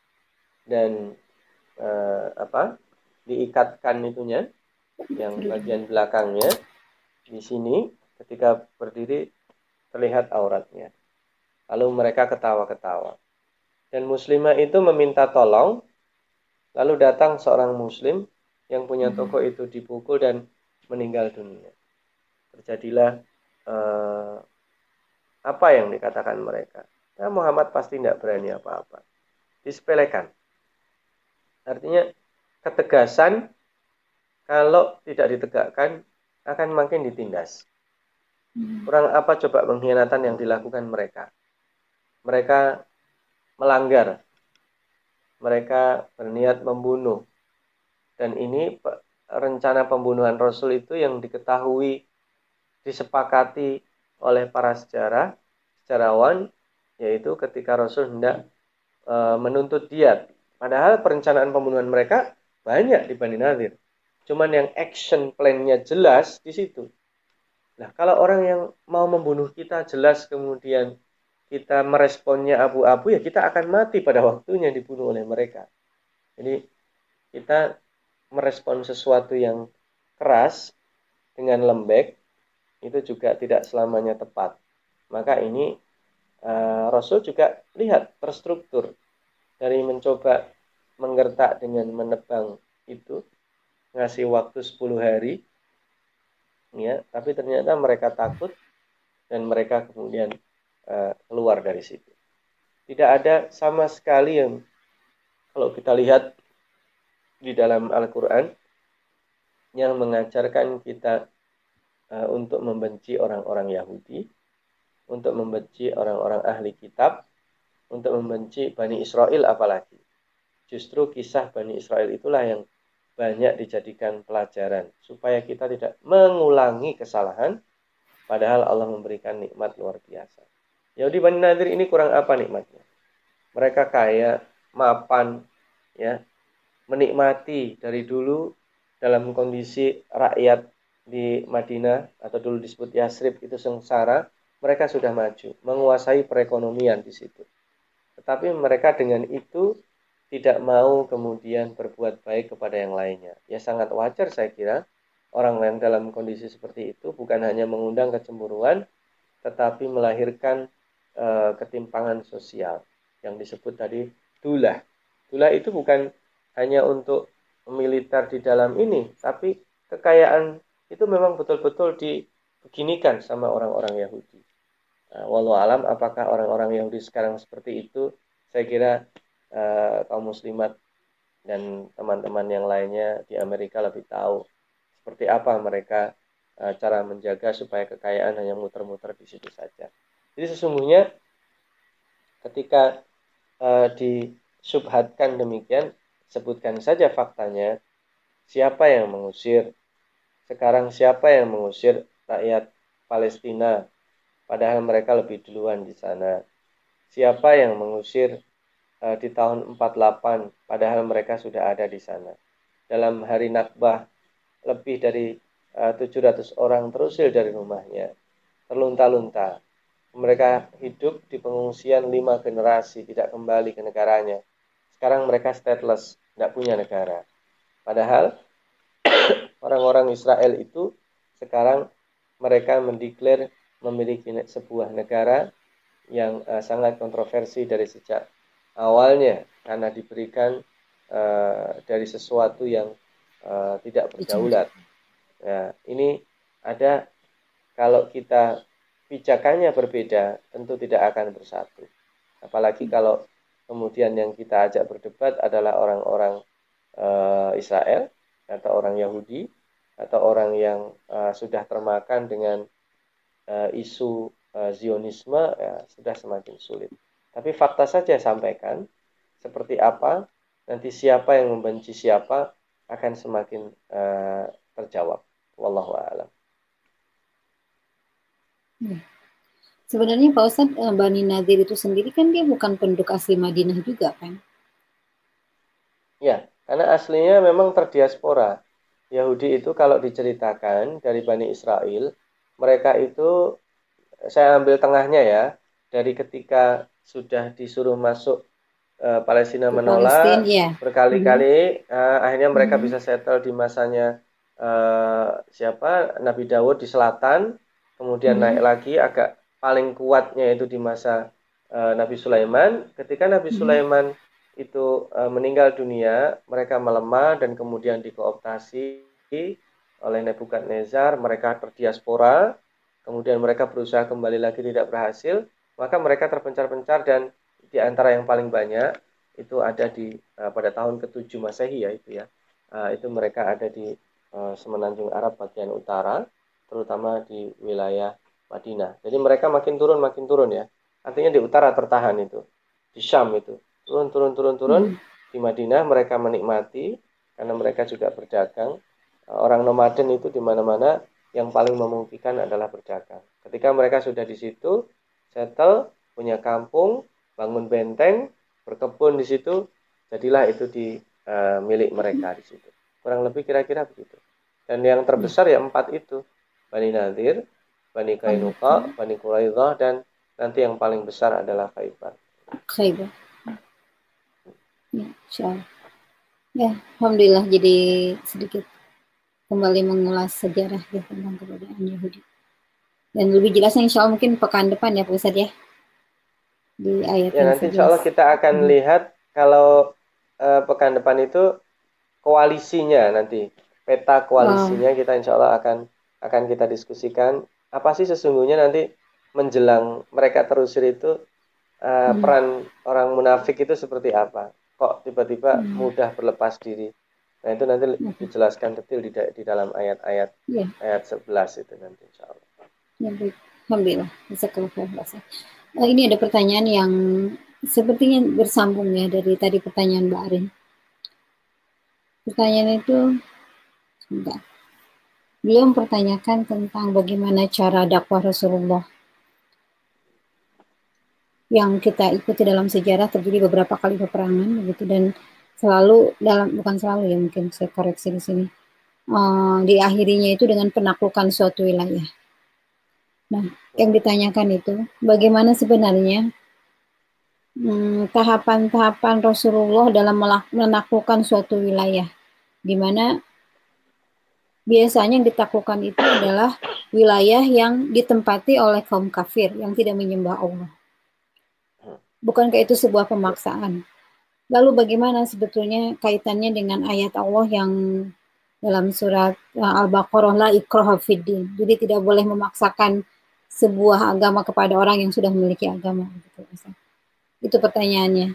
dan eh, apa diikatkan itunya, yang bagian belakangnya di sini, ketika berdiri terlihat auratnya. Lalu mereka ketawa-ketawa. Dan muslimah itu meminta tolong, lalu datang seorang muslim yang punya toko itu dipukul dan meninggal dunia. Terjadilah eh, apa yang dikatakan mereka. Nah, Muhammad pasti tidak berani apa-apa. Disepelekan. Artinya ketegasan kalau tidak ditegakkan akan makin ditindas. Kurang apa coba pengkhianatan yang dilakukan mereka. Mereka melanggar. Mereka berniat membunuh. Dan ini rencana pembunuhan Rasul itu yang diketahui, disepakati oleh para sejarah, sejarawan, yaitu ketika Rasul hendak e, menuntut diat. Padahal perencanaan pembunuhan mereka banyak di Bani Nadir. Cuman yang action plan-nya jelas di situ. Nah, kalau orang yang mau membunuh kita jelas kemudian kita meresponnya abu-abu, ya kita akan mati pada waktunya dibunuh oleh mereka. Jadi kita merespon sesuatu yang keras dengan lembek itu juga tidak selamanya tepat. Maka ini uh, Rasul juga lihat terstruktur dari mencoba menggertak dengan menebang itu, ngasih waktu sepuluh hari, ya, tapi ternyata mereka takut dan mereka kemudian uh, keluar dari situ. Tidak ada sama sekali yang, kalau kita lihat di dalam Al-Quran, yang mengajarkan kita uh, untuk membenci orang-orang Yahudi, untuk membenci orang-orang ahli kitab, untuk membenci Bani Israel apalagi. Justru kisah Bani Israel itulah yang banyak dijadikan pelajaran, supaya kita tidak mengulangi kesalahan, padahal Allah memberikan nikmat luar biasa. Yahudi Bani Nadir ini kurang apa nikmatnya? Mereka kaya, mapan, ya, menikmati dari dulu dalam kondisi rakyat di Madinah atau dulu disebut Yasrib itu sengsara, mereka sudah maju, menguasai perekonomian di situ. Tetapi mereka dengan itu tidak mau kemudian berbuat baik kepada yang lainnya. Ya sangat wajar saya kira orang yang dalam kondisi seperti itu bukan hanya mengundang kecemburuan, tetapi melahirkan e, ketimpangan sosial yang disebut tadi dulah. Dulah itu bukan hanya untuk militer di dalam ini, tapi kekayaan itu memang betul-betul dibeginikan sama orang-orang Yahudi. Nah, walau alam apakah orang-orang Yahudi sekarang seperti itu, saya kira uh, kaum muslimat dan teman-teman yang lainnya di Amerika lebih tahu seperti apa mereka uh, cara menjaga supaya kekayaan hanya muter-muter di situ saja. Jadi sesungguhnya ketika uh, disubhatkan demikian, sebutkan saja faktanya, siapa yang mengusir, sekarang siapa yang mengusir rakyat Palestina, padahal mereka lebih duluan di sana. Siapa yang mengusir uh, di tahun empat puluh delapan, padahal mereka sudah ada di sana. Dalam hari Nakbah, lebih dari uh, tujuh ratus orang terusir dari rumahnya, terlunta-lunta. Mereka hidup di pengungsian lima generasi, tidak kembali ke negaranya. Sekarang mereka stateless, tidak punya negara. Padahal orang-orang Israel itu sekarang mereka mendeklar memiliki sebuah negara yang uh, sangat kontroversi dari sejak awalnya karena diberikan uh, dari sesuatu yang uh, tidak berdaulat. Nah, ini ada, kalau kita pijakannya berbeda, tentu tidak akan bersatu. Apalagi kalau kemudian yang kita ajak berdebat adalah orang-orang uh, Israel atau orang Yahudi atau orang yang uh, sudah termakan dengan uh, isu uh, Zionisme, ya, sudah semakin sulit. Tapi fakta saja sampaikan seperti apa, nanti siapa yang membenci siapa akan semakin uh, terjawab. Wallahu a'lam. Hmm. Sebenarnya Pak Ustadz, eh, Bani Nadir itu sendiri kan dia bukan penduduk asli Madinah juga kan? Ya, karena aslinya memang terdiaspora. Yahudi itu kalau diceritakan dari Bani Israel, mereka itu, saya ambil tengahnya ya, dari ketika sudah disuruh masuk, eh, Palestina Ke Palestina, menolak ya. Mhm. berkali-kali, eh, akhirnya mereka Mhm. bisa settle di masanya, eh, siapa, Nabi Dawud di selatan, kemudian naik Mhm. lagi agak paling kuatnya itu di masa, eh, Nabi Sulaiman. Ketika Nabi Mhm. Sulaiman itu, eh, meninggal dunia, mereka melemah dan kemudian dikooptasi oleh Nebukadnezar, mereka terdiaspora, kemudian mereka berusaha kembali lagi tidak berhasil, maka mereka terpencar-pencar dan di antara yang paling banyak itu ada di, uh, pada tahun ketujuh Masehi ya itu ya. Uh, itu mereka ada di, uh, semenanjung Arab bagian utara, terutama di wilayah Madinah. Jadi mereka makin turun makin turun ya. Artinya di utara tertahan itu. Di Syam itu. Turun turun turun turun. Mhm. Di Madinah mereka menikmati karena mereka juga berdagang. Uh, orang nomaden itu di mana-mana yang paling memungkinkan adalah berdagang. Ketika mereka sudah di situ, settle, punya kampung, bangun benteng, berkebun di situ, jadilah itu di, uh, milik mereka di situ. Kurang lebih kira-kira begitu. Dan yang Ya. terbesar ya empat itu, Bani Nadir, Bani Kainuqa, Oke. Bani Quraidah, dan nanti yang paling besar adalah Khaybar. Khaybar. Ya, insyaallah. Ya, alhamdulillah jadi sedikit kembali mengulas sejarah ya tentang kebudayaan Yahudi. Dan lebih jelasnya insya Allah mungkin pekan depan ya Pak Ustadz ya, di ayat Ya yang nanti insya sebelas. Allah kita akan Hmm. lihat kalau, uh, pekan depan itu koalisinya nanti, peta Oh, koalisinya kita insya Allah akan akan kita diskusikan apa sih sesungguhnya nanti menjelang mereka terusir itu, uh, hmm. peran orang munafik itu seperti apa, kok tiba-tiba Hmm. mudah berlepas diri. Nah itu nanti Oke. dijelaskan detail di, di dalam ayat-ayat Ya, ayat sebelas itu nanti insya Allah. ya baik. Alhamdulillah bisa keluar. Oh, ini ada pertanyaan yang sepertinya bersambung ya dari tadi pertanyaan Mbak Arin. Pertanyaan itu, sebentar. Beliau mempertanyakan tentang bagaimana cara dakwah Rasulullah yang kita ikuti dalam sejarah terjadi beberapa kali peperangan begitu dan selalu dalam bukan selalu ya mungkin saya koreksi di sini uh, diakhirinya itu dengan penaklukan suatu wilayah. Nah, yang Hmm. ditanyakan itu bagaimana sebenarnya hmm, tahapan-tahapan Rasulullah dalam menaklukkan suatu wilayah, di mana biasanya yang ditaklukkan itu adalah wilayah yang ditempati oleh kaum kafir yang tidak menyembah Allah. Bukankah itu sebuah Ya, pemaksaan? Lalu bagaimana sebetulnya kaitannya dengan ayat Allah yang dalam surat uh, Al-Baqarah la ikraha fiddin. Jadi tidak boleh memaksakan sebuah agama kepada orang yang sudah memiliki agama. Gitu. Itu pertanyaannya.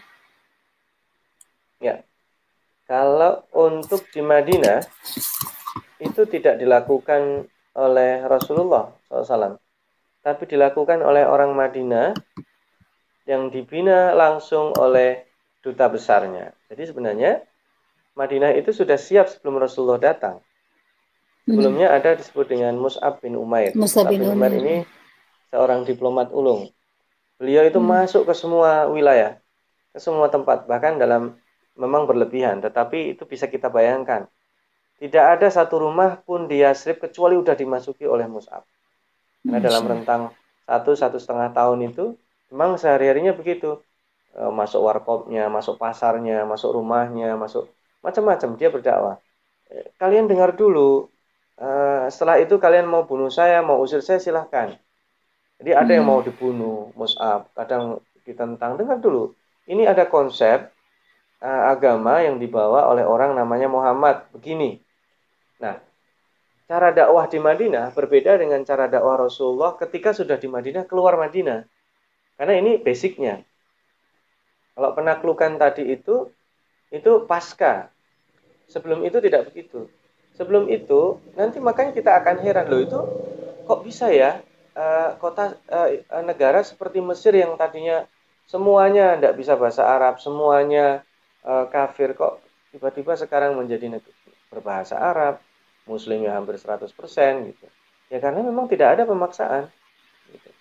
ya. Kalau untuk di Madinah itu tidak dilakukan oleh Rasulullah shallallahu alaihi wasallam, tapi dilakukan oleh orang Madinah yang dibina langsung oleh duta besarnya. Jadi sebenarnya Madinah itu sudah siap sebelum Rasulullah datang. Hmm. Sebelumnya ada disebut dengan Mus'ab bin Umair. Musa Mus'ab bin bin Umair Umar. ini seorang diplomat ulung. Beliau itu Hmm. masuk ke semua wilayah, ke semua tempat, bahkan dalam memang berlebihan, tetapi itu bisa kita bayangkan. Tidak ada satu rumah pun di Yasrib kecuali sudah dimasuki oleh Mus'ab. Karena dalam Masya Allah. rentang satu satu setengah tahun itu, memang sehari-harinya begitu. E, masuk warkopnya, masuk pasarnya, masuk rumahnya, masuk macam-macam dia berdakwah. E, kalian dengar dulu. E, setelah itu kalian mau bunuh saya, mau usir saya silahkan. Jadi ada yang mau Hmm. dibunuh, Mus'ab, kadang ditentang. Dengar dulu. Ini ada konsep e, agama yang dibawa oleh orang namanya Muhammad. Begini. Nah, cara dakwah di Madinah berbeda dengan cara dakwah Rasulullah ketika sudah di Madinah, keluar Madinah. Karena ini basicnya. Kalau penaklukan tadi itu, itu pasca. Sebelum itu tidak begitu. Sebelum itu, nanti makanya kita akan heran loh itu kok bisa ya uh, kota uh, negara seperti Mesir yang tadinya semuanya tidak bisa bahasa Arab, semuanya uh, kafir kok tiba-tiba sekarang menjadi negara berbahasa Arab, Muslimnya hampir seratus persen gitu. Ya karena memang tidak ada pemaksaan. Gitu.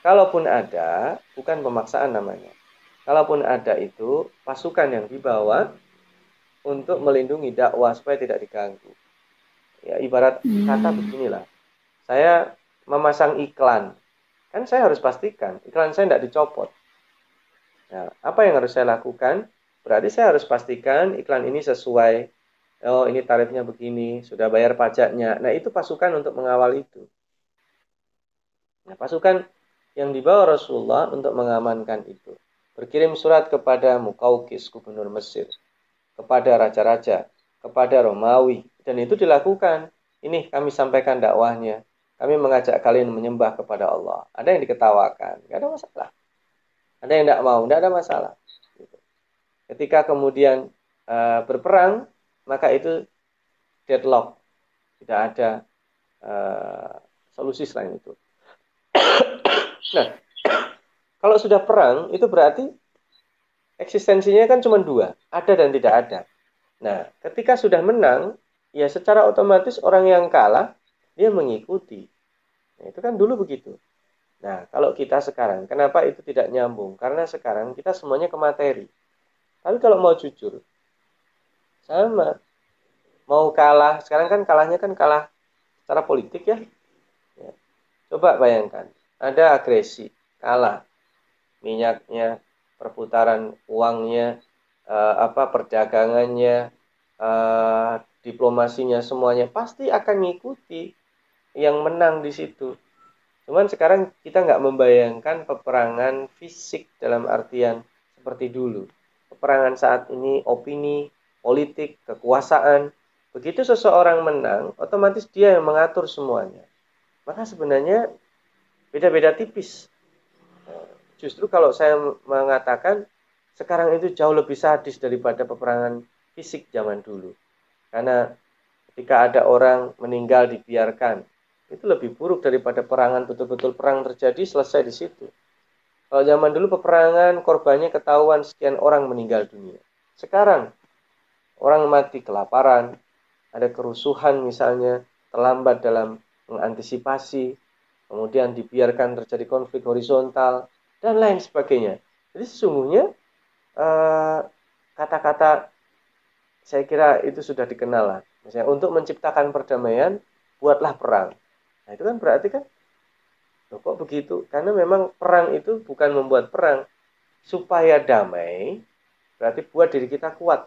Kalaupun ada, bukan pemaksaan namanya. Kalaupun ada itu pasukan yang dibawa untuk melindungi dakwah supaya tidak diganggu. Ya, ibarat kata Hmm. beginilah. Saya memasang iklan. Kan saya harus pastikan iklan saya tidak dicopot. Nah, apa yang harus saya lakukan? Berarti saya harus pastikan iklan ini sesuai. Oh, ini tarifnya begini, sudah bayar pajaknya. Nah, itu pasukan untuk mengawal itu. Nah, pasukan yang dibawa Rasulullah untuk mengamankan itu. Berkirim surat kepada Mukaukis, gubernur Mesir. Kepada raja-raja, kepada Romawi. Dan itu dilakukan. Ini kami sampaikan dakwahnya. Kami mengajak kalian menyembah kepada Allah. Ada yang diketawakan, tidak ada masalah. Ada yang tidak mau, tidak ada masalah. Ketika kemudian uh, berperang, maka itu deadlock. Tidak ada uh, solusi selain itu. Nah, kalau sudah perang, itu berarti eksistensinya kan cuma dua, ada dan tidak ada. Nah, ketika sudah menang, ya secara otomatis orang yang kalah, dia mengikuti. Nah, itu kan dulu begitu. Nah, kalau kita sekarang, kenapa itu tidak nyambung? Karena sekarang kita semuanya ke materi. Tapi kalau mau jujur, sama. Mau kalah, sekarang kan kalahnya kan kalah secara politik ya. Ya. Coba bayangkan, ada agresi, kalah. Minyaknya, perputaran uangnya, eh, apa perdagangannya, eh, diplomasinya semuanya pasti akan mengikuti yang menang di situ. Cuman sekarang kita nggak membayangkan peperangan fisik dalam artian seperti dulu. Peperangan saat ini opini, politik, kekuasaan. Begitu seseorang menang, otomatis dia yang mengatur semuanya. Maka sebenarnya beda-beda tipis. Justru kalau saya mengatakan sekarang itu jauh lebih sadis daripada peperangan fisik zaman dulu. Karena ketika ada orang meninggal dibiarkan, itu lebih buruk daripada perangan betul-betul perang terjadi selesai di situ. Kalau zaman dulu peperangan korbannya ketahuan sekian orang meninggal dunia. Sekarang orang mati kelaparan, ada kerusuhan misalnya, terlambat dalam mengantisipasi, kemudian dibiarkan terjadi konflik horizontal, dan lain sebagainya. Jadi sesungguhnya eh, kata-kata saya kira itu sudah dikenal lah. Misalnya untuk menciptakan perdamaian, buatlah perang. Nah itu kan berarti kan, loh kok begitu? Karena memang perang itu bukan membuat perang. Supaya damai, berarti buat diri kita kuat.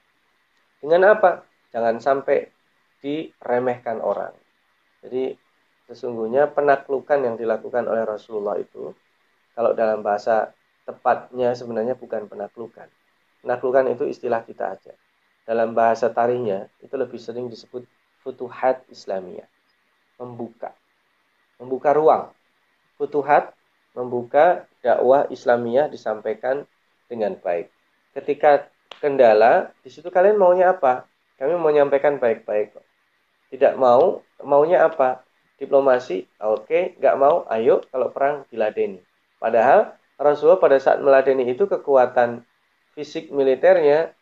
Dengan apa? Jangan sampai diremehkan orang. Jadi sesungguhnya penaklukan yang dilakukan oleh Rasulullah itu, kalau dalam bahasa tepatnya sebenarnya bukan penaklukan. Penaklukan itu istilah kita aja. Dalam bahasa tarinya itu lebih sering disebut futuhat Islamiyah. Membuka. Membuka ruang. Futuhat membuka dakwah Islamiyah disampaikan dengan baik. Ketika kendala, di situ kalian maunya apa? Kami mau menyampaikan baik-baik. Tidak mau, maunya apa? Diplomasi, oke, nggak mau, ayo kalau perang diladeni. Padahal Rasulullah pada saat meladeni itu kekuatan fisik militernya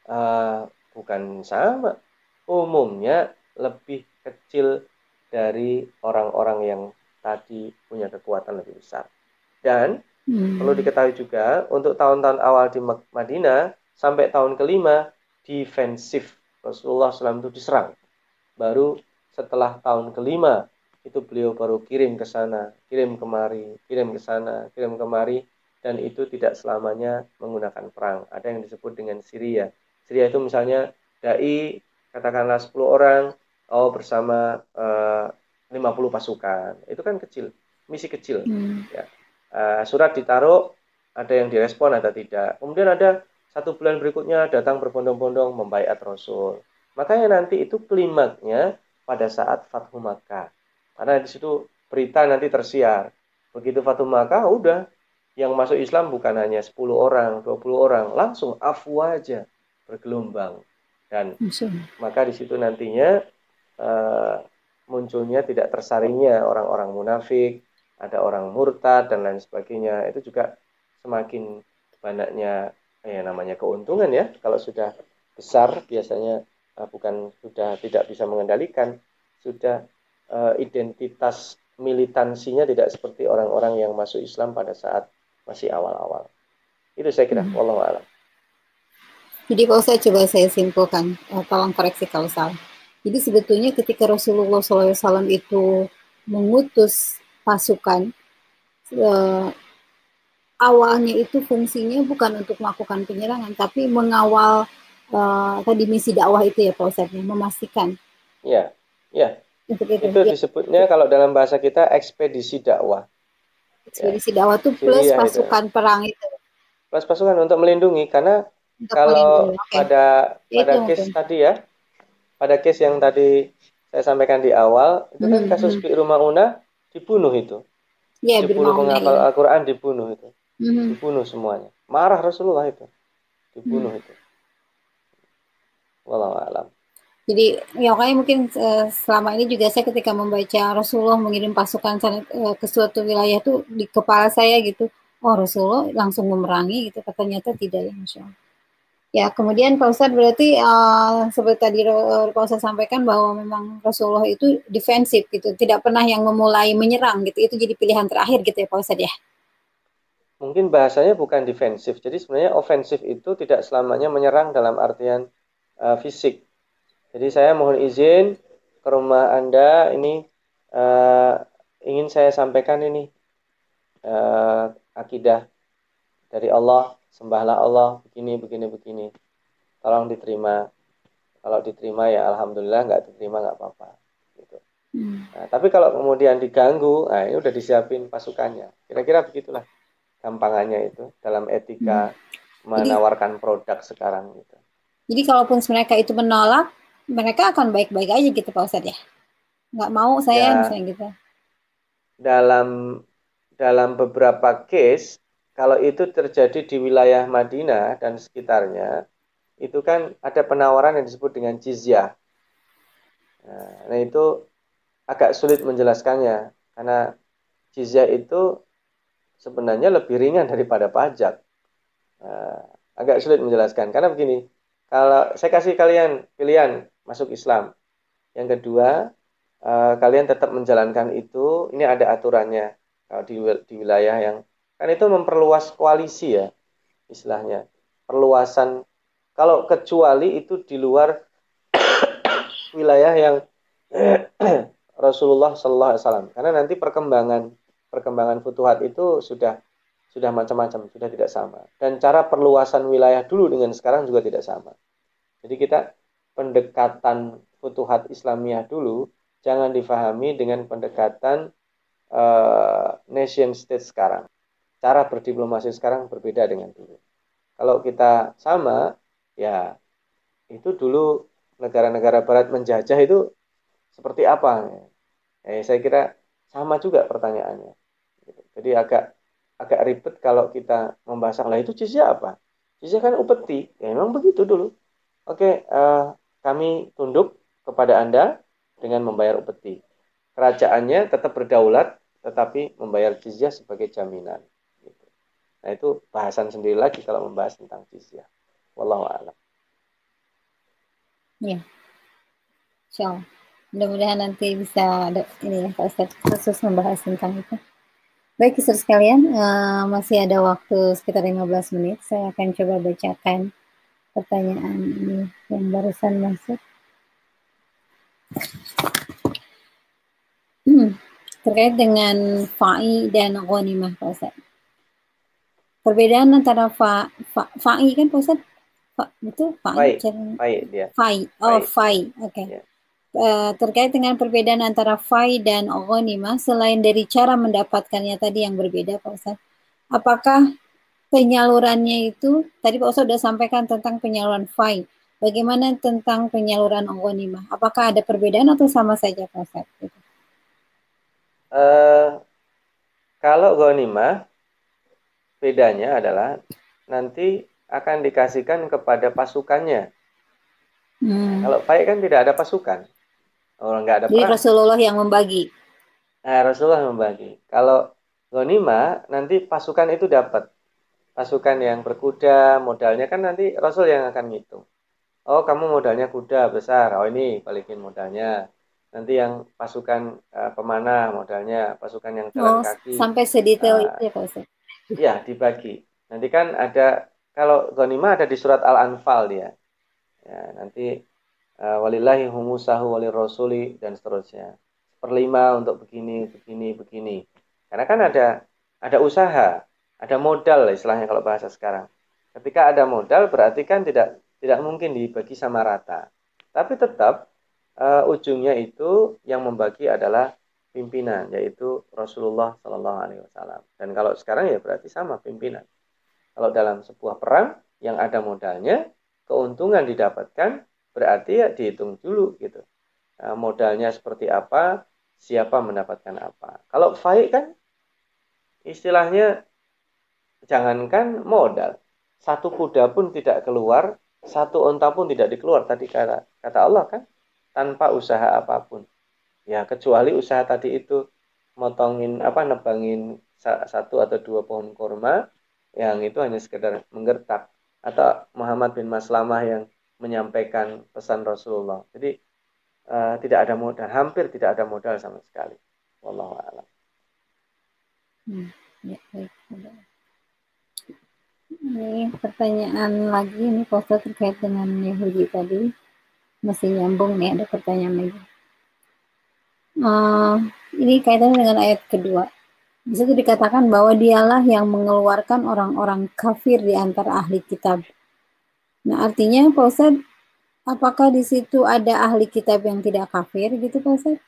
uh, bukan sama. Umumnya lebih kecil dari orang-orang yang tadi punya kekuatan lebih besar. Dan Hmm. perlu diketahui juga untuk tahun-tahun awal di Madinah sampai tahun kelima defensif. Rasulullah shallallahu alaihi wasallam itu diserang. Baru setelah tahun kelima itu beliau baru kirim ke sana, kirim kemari, kirim ke sana, kirim kemari, dan itu tidak selamanya menggunakan perang. Ada yang disebut dengan Syria. Syria itu misalnya dai katakanlah sepuluh orang, oh bersama eh, lima puluh pasukan. Itu kan kecil, misi kecil. Hmm. Ya. Uh, surat ditaruh, ada yang direspon atau tidak. Kemudian ada satu bulan berikutnya datang berbondong-bondong membaiat Rasul. Makanya nanti itu klimaknya pada saat Fathu Makkah. Karena di situ berita nanti tersiar. Begitu Fathu Makkah, udah yang masuk Islam bukan hanya sepuluh orang, dua puluh orang, langsung afu aja bergelombang. Dan maka di situ nantinya uh, munculnya tidak tersaringnya orang-orang munafik, ada orang murtad dan lain sebagainya. Itu juga semakin banyaknya ya namanya keuntungan ya. Kalau sudah besar biasanya uh, bukan sudah tidak bisa mengendalikan, sudah uh, identitas militansinya tidak seperti orang-orang yang masuk Islam pada saat masih awal-awal. Itu saya kira, Hmm. wallahu a'lam. Jadi kalau saya coba saya simpulkan, uh, tolong koreksi kalau salah. Jadi sebetulnya ketika Rasulullah shallallahu alaihi wasallam itu mengutus pasukan, uh, awalnya itu fungsinya bukan untuk melakukan penyerangan, tapi mengawal uh, tadi misi dakwah itu ya Pak Ustadz, memastikan. Ya, ya. Untuk itu, Itu ya. disebutnya kalau dalam bahasa kita ekspedisi dakwah. Ya. Ekspedisi dakwah itu plus Syiriah itu. pasukan perang itu. Plus pasukan untuk melindungi karena Untuk kalau melindungi, oke. Okay. pada Itu pada case mungkin. tadi ya, pada case yang tadi saya sampaikan di awal, itu kan Hmm, kasus hmm. Bi'ru Ma'unah dibunuh itu. Ya, sepuluh bermaunya penghafal ya. Al-Quran dibunuh itu. Hmm. Dibunuh semuanya. Marah Rasulullah itu. Hmm. Dibunuh itu. Wallahu a'lam. Jadi ya kayak mungkin uh, selama ini juga saya ketika membaca Rasulullah mengirim pasukan uh, ke suatu wilayah tuh di kepala saya gitu, oh Rasulullah langsung memerangi gitu, ternyata tidak ya, Masya Allah. Ya kemudian Pak Ustadz berarti uh, seperti tadi uh, Pak Ustadz sampaikan bahwa memang Rasulullah itu defensif gitu, tidak pernah yang memulai menyerang gitu, itu jadi pilihan terakhir gitu ya Pak Ustadz ya. Mungkin bahasanya bukan defensif. Jadi sebenarnya ofensif itu tidak selamanya menyerang dalam artian uh, fisik. Jadi saya mohon izin ke rumah Anda ini uh, ingin saya sampaikan ini uh, akidah dari Allah, sembahlah Allah begini begini begini. Tolong diterima. Kalau diterima ya alhamdulillah, nggak diterima nggak apa-apa. Gitu. Hmm. Nah, tapi kalau kemudian diganggu, nah ini udah disiapin pasukannya. Kira-kira begitulah gampangannya itu dalam Hmm. etika Jadi menawarkan produk sekarang gitu. jadi kalaupun mereka itu menolak, mereka akan baik-baik aja gitu Pak Ustadz ya. Nggak mau saya Ya misalnya gitu. dalam dalam beberapa case kalau itu terjadi di wilayah Madinah dan sekitarnya itu kan ada penawaran yang disebut dengan jizyah. Nah, nah itu agak sulit menjelaskannya karena jizyah itu sebenarnya lebih ringan daripada pajak. Nah, agak sulit menjelaskan karena begini, kalau saya kasih kalian pilihan masuk Islam, yang kedua eh, kalian tetap menjalankan itu, ini ada aturannya kalau di, di wilayah yang kan itu memperluas koalisi ya istilahnya, perluasan. Kalau kecuali itu di luar wilayah yang Rasulullah Shallallahu Alaihi Wasallam, karena nanti perkembangan perkembangan futuhat itu sudah sudah macam-macam, sudah tidak sama. Dan cara perluasan wilayah dulu dengan sekarang juga tidak sama. Jadi kita pendekatan futuhat Islamiyah dulu jangan difahami dengan pendekatan uh, nation state sekarang. Cara berdiplomasi sekarang berbeda dengan dulu. Kalau kita sama, ya itu dulu negara-negara Barat menjajah itu seperti apa? Eh, saya kira sama juga pertanyaannya. Jadi agak agak ribet kalau kita membahas lah itu jizya apa? Jizya kan upeti. Ya memang begitu dulu. Oke, eh, kami tunduk kepada Anda dengan membayar upeti. Kerajaannya tetap berdaulat, tetapi membayar jizyah sebagai jaminan. Gitu. Nah itu bahasan sendiri lagi kalau membahas tentang jizyah. Wallahu a'lam. Ya, Insya Allah. Mudah-mudahan nanti bisa ada ini ya Pak Ustadz khusus membahas tentang itu. Baik, saudara sekalian, uh, masih ada waktu sekitar lima belas menit. Saya akan coba bacakan pertanyaan ini yang barusan masuk. Hmm, terkait dengan fa'i dan ghanimah, Pak Ustaz. Perbedaan antara fa, fa, fa'i kan Pak Ustaz? Fa, betul? Fa'i? Baik, baik dia. Fa'i, oh Baik. fa'i, oke. Okay. Ya. Uh, terkait dengan perbedaan antara fa'i dan ghanimah, selain dari cara mendapatkannya tadi yang berbeda, Pak Ustaz, apakah penyalurannya itu, tadi Pak Ustaz sudah sampaikan tentang penyaluran fa'i, bagaimana tentang penyaluran ghanimah? Apakah ada perbedaan atau sama saja Pak Ustaz? Uh, kalau ghanimah, bedanya adalah nanti akan dikasihkan kepada pasukannya. Hmm. Nah, kalau fa'i kan tidak ada pasukan. Orang nggak ada Jadi perang. Rasulullah yang membagi. Nah, Rasulullah membagi. Kalau ghanimah nanti pasukan itu dapat. Pasukan yang berkuda, modalnya kan nanti Rasul yang akan ngitung. Oh, kamu modalnya kuda besar. Oh, ini balikin modalnya. nanti yang pasukan uh, pemanah modalnya, pasukan yang jalan Oh, kaki, sampai sedetail uh, itu ya Pak Ustadz. ya dibagi. Nanti kan ada, kalau ghanimah ada di surat Al-Anfal dia. Ya, nanti uh, walillahi humusahu walirrasuli dan seterusnya. Perlima untuk begini, begini, begini. Karena kan ada ada usaha, ada modal istilahnya kalau bahasa sekarang. Ketika ada modal berarti kan tidak tidak mungkin dibagi sama rata. Tapi tetap uh, ujungnya itu yang membagi adalah pimpinan, yaitu Rasulullah Shallallahu Alaihi Wasallam. Dan kalau sekarang ya berarti sama pimpinan. Kalau dalam sebuah perang yang ada modalnya, keuntungan didapatkan berarti ya dihitung dulu gitu. Nah, modalnya seperti apa, siapa mendapatkan apa. Kalau fight kan istilahnya jangankan modal, satu kuda pun tidak keluar, satu onta pun tidak dikeluar. Tadi kata kata Allah kan, tanpa usaha apapun. Ya kecuali usaha tadi itu motongin apa nebangin satu atau dua pohon kurma yang itu hanya sekedar menggertak, atau Muhammad bin Maslamah yang menyampaikan pesan Rasulullah. Jadi uh, tidak ada modal, hampir tidak ada modal sama sekali. Wallahu a'lam. Hmm, ya, baik. Ini pertanyaan lagi ini Pak Ustadz terkait dengan Yahudi tadi. Masih nyambung nih, ada pertanyaan lagi. Uh, ini kaitannya dengan ayat kedua. Di situ dikatakan bahwa dialah yang mengeluarkan orang-orang kafir di antara ahli kitab. Nah, artinya Pak Ustadz, apakah di situ ada ahli kitab yang tidak kafir gitu Pak Ustadz?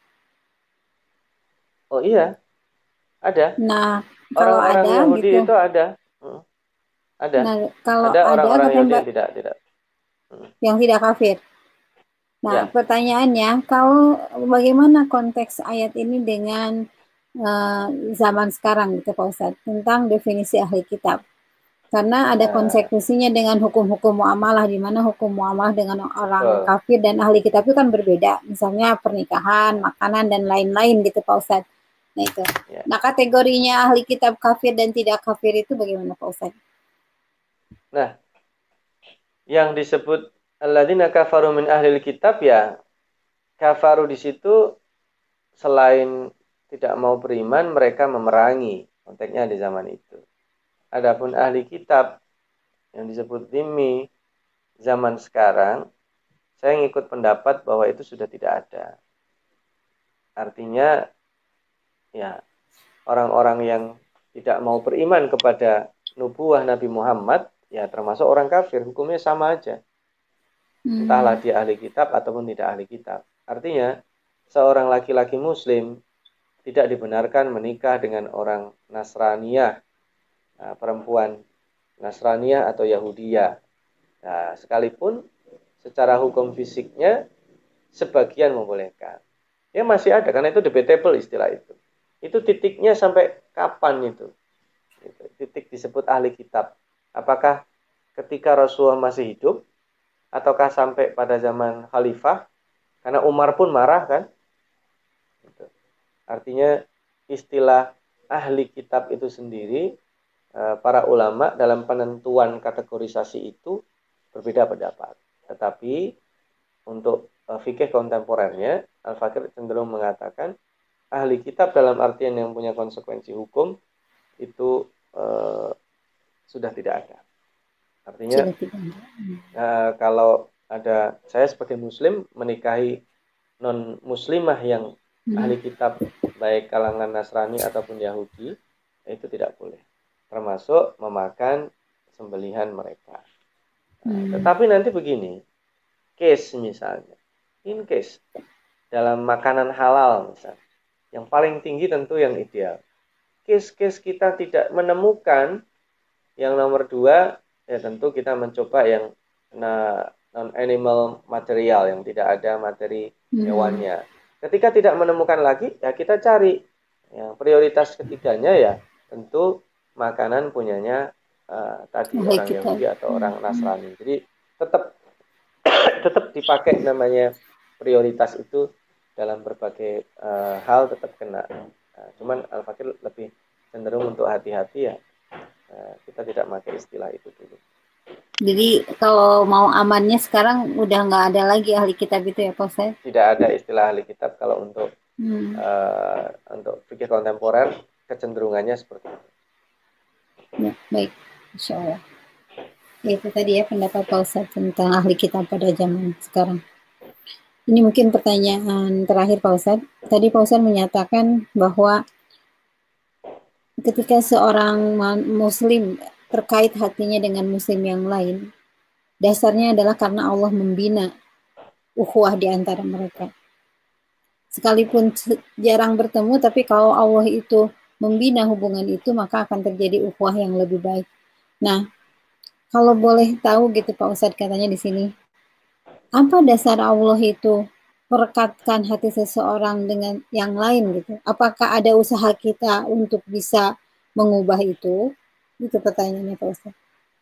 Oh iya, ada. Nah, kalau Orang-orang ada Yahudi gitu. itu ada. Hmm, ada. Nah, kalau Ada ada orang-orang katanya Yahudi Mbak yang tidak tidak. Hmm, yang tidak kafir. Nah, ya. pertanyaannya, kalau bagaimana konteks ayat ini dengan uh, zaman sekarang gitu Pak Ustadz, tentang definisi ahli kitab. Karena ada Nah, konsekuensinya dengan hukum-hukum muamalah, di mana hukum muamalah dengan orang betul. kafir dan ahli kitab itu kan berbeda. Misalnya pernikahan, makanan, dan lain-lain gitu Pak Ustadz. Nah itu. Ya. Nah kategorinya ahli kitab kafir dan tidak kafir itu bagaimana Pak Ustadz? Nah, yang disebut alladzina kafaru min ahlil kitab ya, kafaru di situ selain tidak mau beriman, mereka memerangi. Konteksnya di zaman itu. Adapun ahli kitab yang disebut dhimmi zaman sekarang, saya ngikut pendapat bahwa itu sudah tidak ada. Artinya ya orang-orang yang tidak mau beriman kepada nubuah Nabi Muhammad ya termasuk orang kafir, hukumnya sama aja. Entahlah Hmm. dia ahli kitab ataupun tidak ahli kitab. Artinya seorang laki-laki muslim tidak dibenarkan menikah dengan orang Nasraniyah, nah, perempuan Nasraniyah atau Yahudiyah. Nah, sekalipun secara hukum fisiknya sebagian membolehkan. Ya masih ada, karena itu debatable istilah itu. Itu titiknya sampai kapan itu? Titik disebut ahli kitab. Apakah ketika Rasulullah masih hidup? Ataukah sampai pada zaman khalifah? Karena Umar pun marah kan? Artinya istilah ahli kitab itu sendiri, para ulama dalam penentuan kategorisasi itu berbeda pendapat. Tetapi untuk fikih kontemporernya, Al-Fakir cenderung mengatakan ahli kitab dalam artian yang punya konsekuensi hukum itu eh, sudah tidak ada. Artinya eh, kalau ada saya sebagai muslim menikahi non muslimah yang ahli kitab baik kalangan Nasrani ataupun Yahudi, itu tidak boleh. Termasuk memakan sembelihan mereka. Nah, Hmm. tetapi nanti begini, case misalnya, in case dalam makanan halal misalnya, yang paling tinggi tentu yang ideal. Case-case kita tidak menemukan yang nomor dua, ya tentu kita mencoba yang non-animal material, yang tidak ada materi hewannya. Ketika tidak menemukan lagi, ya kita cari. Yang prioritas ketiganya ya tentu makanan punyanya uh, tadi Ahli orang kitab. Yahudi atau orang Nasrani. Jadi tetap tetap dipakai namanya prioritas itu dalam berbagai uh, hal tetap kena. Nah, cuman Al-Fakir lebih cenderung untuk hati-hati ya. Uh, kita tidak pakai istilah itu dulu. Jadi kalau mau amannya sekarang udah nggak ada lagi ahli kitab itu ya Pak Ustaz? Tidak ada istilah ahli kitab kalau untuk Hmm. uh, untuk fikih kontemporer kecenderungannya seperti itu. Ya, baik, Insya Allah. Ya, itu tadi ya pendapat Pak Ustaz tentang ahli kitab pada zaman sekarang. Ini mungkin pertanyaan terakhir Pak Ustaz. Tadi Pak Ustaz menyatakan bahwa ketika seorang muslim terkait hatinya dengan muslim yang lain, dasarnya adalah karena Allah membina ukhuwah di antara mereka. Sekalipun jarang bertemu, tapi kalau Allah itu membina hubungan itu, maka akan terjadi ukhuwah yang lebih baik. Nah, kalau boleh tahu gitu Pak Ustadz katanya di sini, apa dasar Allah itu merekatkan hati seseorang dengan yang lain gitu? Apakah ada usaha kita untuk bisa mengubah itu? Itu pertanyaannya Pak Ustadz.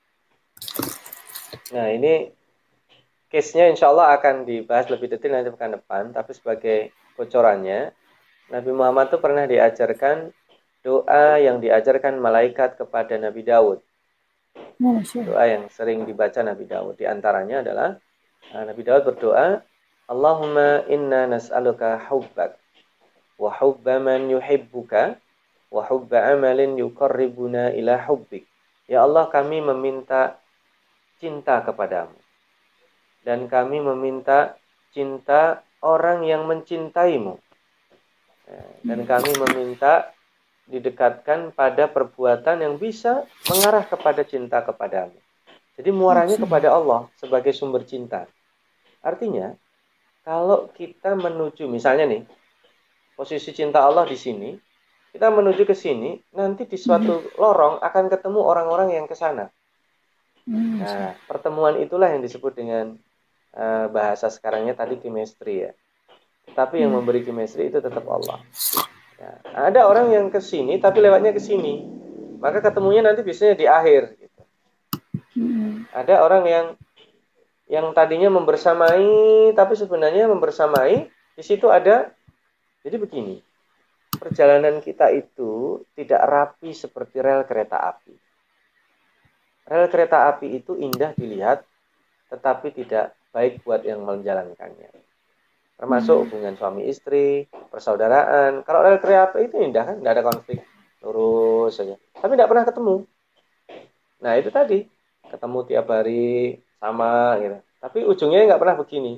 Nah, ini case-nya insya Allah akan dibahas lebih detail nanti pekan depan, tapi sebagai bocorannya, Nabi Muhammad itu pernah diajarkan doa yang diajarkan malaikat kepada Nabi Daud. Doa yang sering dibaca Nabi Daud. Di antaranya adalah Nabi Daud berdoa, Allahumma inna nas'aluka hubbak wa hubba man yuhibbuka wa hubba amalin yuqarribuna ila hubbik. Ya Allah, kami meminta cinta kepadamu. Dan kami meminta cinta orang yang mencintaimu. Dan kami meminta didekatkan pada perbuatan yang bisa mengarah kepada cinta kepadamu. Jadi muaranya kepada Allah sebagai sumber cinta. Artinya, kalau kita menuju, misalnya nih, posisi cinta Allah di sini, kita menuju ke sini, nanti di suatu lorong akan ketemu orang-orang yang ke sana. Nah, pertemuan itulah yang disebut dengan uh, bahasa sekarangnya tadi chemistry ya. Tapi yang memberi chemistry itu tetap Allah. Ya, ada orang yang ke sini tapi lewatnya ke sini. Maka ketemunya nanti biasanya di akhir gitu. Ada orang yang yang tadinya membersamai tapi sebenarnya membersamai, di situ ada. Jadi begini. Perjalanan kita itu tidak rapi seperti rel kereta api. Rel kereta api itu indah dilihat tetapi tidak baik buat yang menjalankannya. Termasuk hubungan suami istri, persaudaraan. Kalau rel kereta api itu indah kan, tidak ada konflik, lurus saja. Tapi tidak pernah ketemu. Nah itu tadi, ketemu tiap hari sama gitu. Tapi ujungnya nggak pernah begini.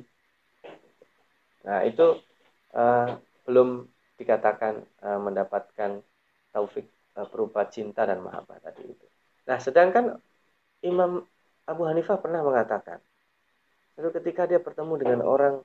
Nah itu uh, belum dikatakan uh, mendapatkan taufik uh, berupa cinta dan mahabbah tadi itu. Nah sedangkan Imam Abu Hanifah pernah mengatakan, lalu ketika dia bertemu dengan orang,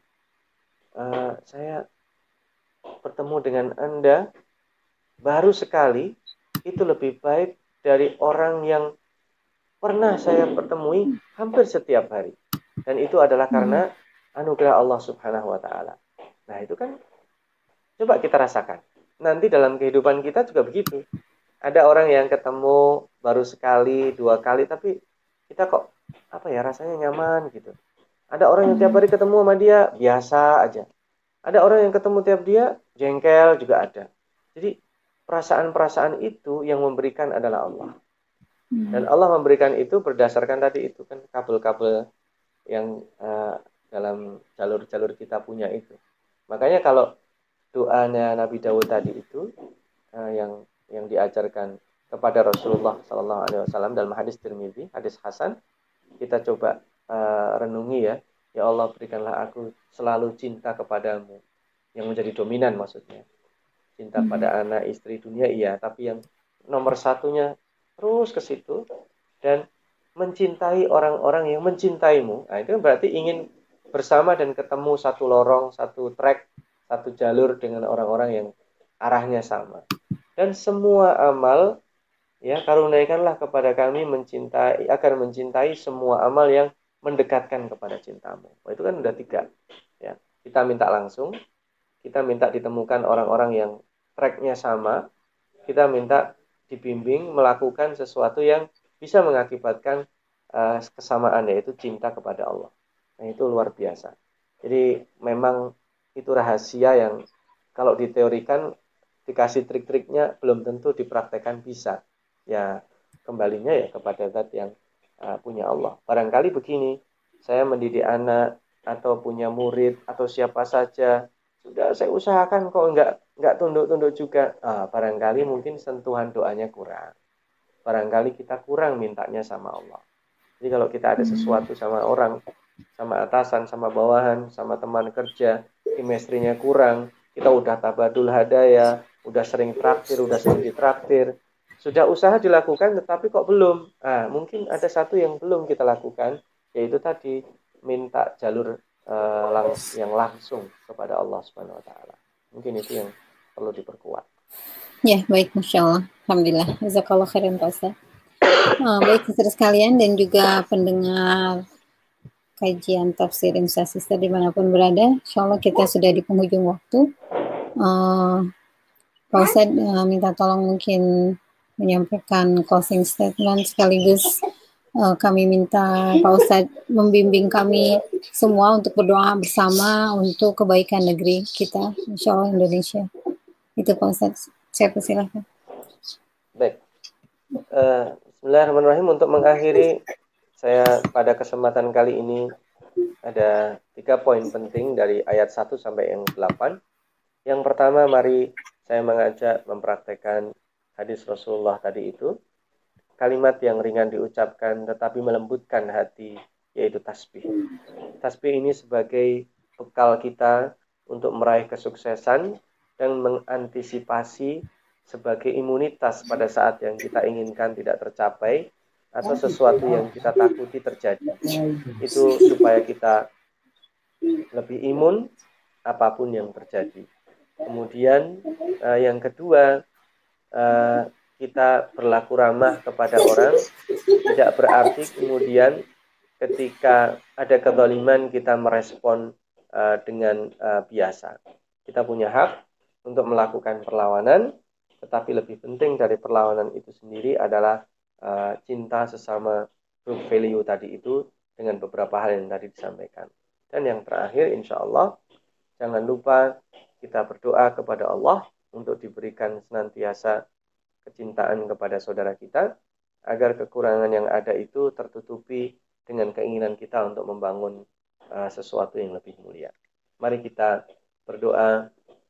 uh, saya bertemu dengan Anda baru sekali, itu lebih baik dari orang yang pernah saya pertemui hampir setiap hari. Dan itu adalah karena anugerah Allah Subhanahu wa taala. Nah, itu kan coba kita rasakan. Nanti dalam kehidupan kita juga begitu. Ada orang yang ketemu baru sekali, dua kali, tapi kita kok apa ya rasanya nyaman gitu. Ada orang yang tiap hari ketemu sama dia biasa aja. Ada orang yang ketemu tiap dia jengkel juga ada. Jadi perasaan-perasaan itu yang memberikan adalah Allah. Dan Allah memberikan itu berdasarkan tadi itu kan kabel-kabel yang uh, dalam jalur-jalur kita punya itu. Makanya kalau doanya Nabi Dawud tadi itu uh, yang yang diajarkan kepada Rasulullah Sallallahu Alaihi Wasallam dalam hadis Tirmidzi, hadis Hasan, kita coba uh, renungi ya. Ya Allah, berikanlah aku selalu cinta kepadamu, yang menjadi dominan maksudnya. Cinta pada anak, istri, dunia iya, tapi yang nomor satunya terus ke situ dan mencintai orang-orang yang mencintaimu. Nah, itu berarti ingin bersama dan ketemu satu lorong, satu trek, satu jalur dengan orang-orang yang arahnya sama. Dan semua amal, ya karuniakanlah kepada kami mencintai, agar mencintai semua amal yang mendekatkan kepada cintamu. Oh, itu kan udah tiga. Ya, kita minta langsung, kita minta ditemukan orang-orang yang tracknya sama, kita minta dibimbing melakukan sesuatu yang bisa mengakibatkan uh, kesamaan, yaitu cinta kepada Allah. Nah itu luar biasa. Jadi memang itu rahasia yang kalau diteorikan dikasih trik-triknya belum tentu dipraktekkan bisa. Ya kembalinya ya kepada zat yang uh, punya Allah. Barangkali begini, saya mendidik anak atau punya murid atau siapa saja, sudah saya usahakan kok nggak nggak tunduk-tunduk juga. Ah, barangkali mungkin sentuhan doanya kurang. Barangkali kita kurang mintanya sama Allah. Jadi kalau kita ada sesuatu sama orang, sama atasan, sama bawahan, sama teman kerja, chemistry-nya kurang, kita udah tabadul hadaya, udah sering traktir, udah sering ditraktir, sudah usaha dilakukan tetapi kok belum. Ah, mungkin ada satu yang belum kita lakukan, yaitu tadi minta jalur uh, lang yang langsung kepada Allah Subhanahu wa taala. Mungkin itu yang perlu diperkuat. Ya, baik, Masya Allah. Alhamdulillah. Jazakallah khairan, Pak Ustaz. Uh, baik, sister sekalian dan juga pendengar kajian tafsir Imsa Sister dimanapun berada. Insya Allah kita sudah di penghujung waktu. Uh, Pak Ustaz uh, minta tolong mungkin menyampaikan closing statement sekaligus uh, kami minta Pak Ustaz membimbing kami semua untuk berdoa bersama untuk kebaikan negeri kita, insya Allah Indonesia. Itu Pak Ustaz, saya persilahkan. Baik. Uh, Bismillahirrahmanirrahim. Untuk mengakhiri, saya pada kesempatan kali ini ada tiga poin penting dari ayat satu sampai yang delapan. Yang pertama, mari saya mengajak mempraktekkan hadis Rasulullah tadi itu. Kalimat yang ringan diucapkan tetapi melembutkan hati, yaitu tasbih. Tasbih ini sebagai bekal kita untuk meraih kesuksesan dan mengantisipasi sebagai imunitas pada saat yang kita inginkan tidak tercapai atau sesuatu yang kita takuti terjadi. Itu supaya kita lebih imun apapun yang terjadi. Kemudian uh, yang kedua, uh, kita berlaku ramah kepada orang, tidak berarti kemudian ketika ada kezaliman kita merespon uh, dengan uh, biasa. Kita punya hak untuk melakukan perlawanan, tetapi lebih penting dari perlawanan itu sendiri adalah uh, cinta sesama group value tadi itu dengan beberapa hal yang tadi disampaikan. Dan yang terakhir, insya Allah, jangan lupa kita berdoa kepada Allah untuk diberikan senantiasa kecintaan kepada saudara kita, agar kekurangan yang ada itu tertutupi dengan keinginan kita untuk membangun uh, sesuatu yang lebih mulia. Mari kita berdoa,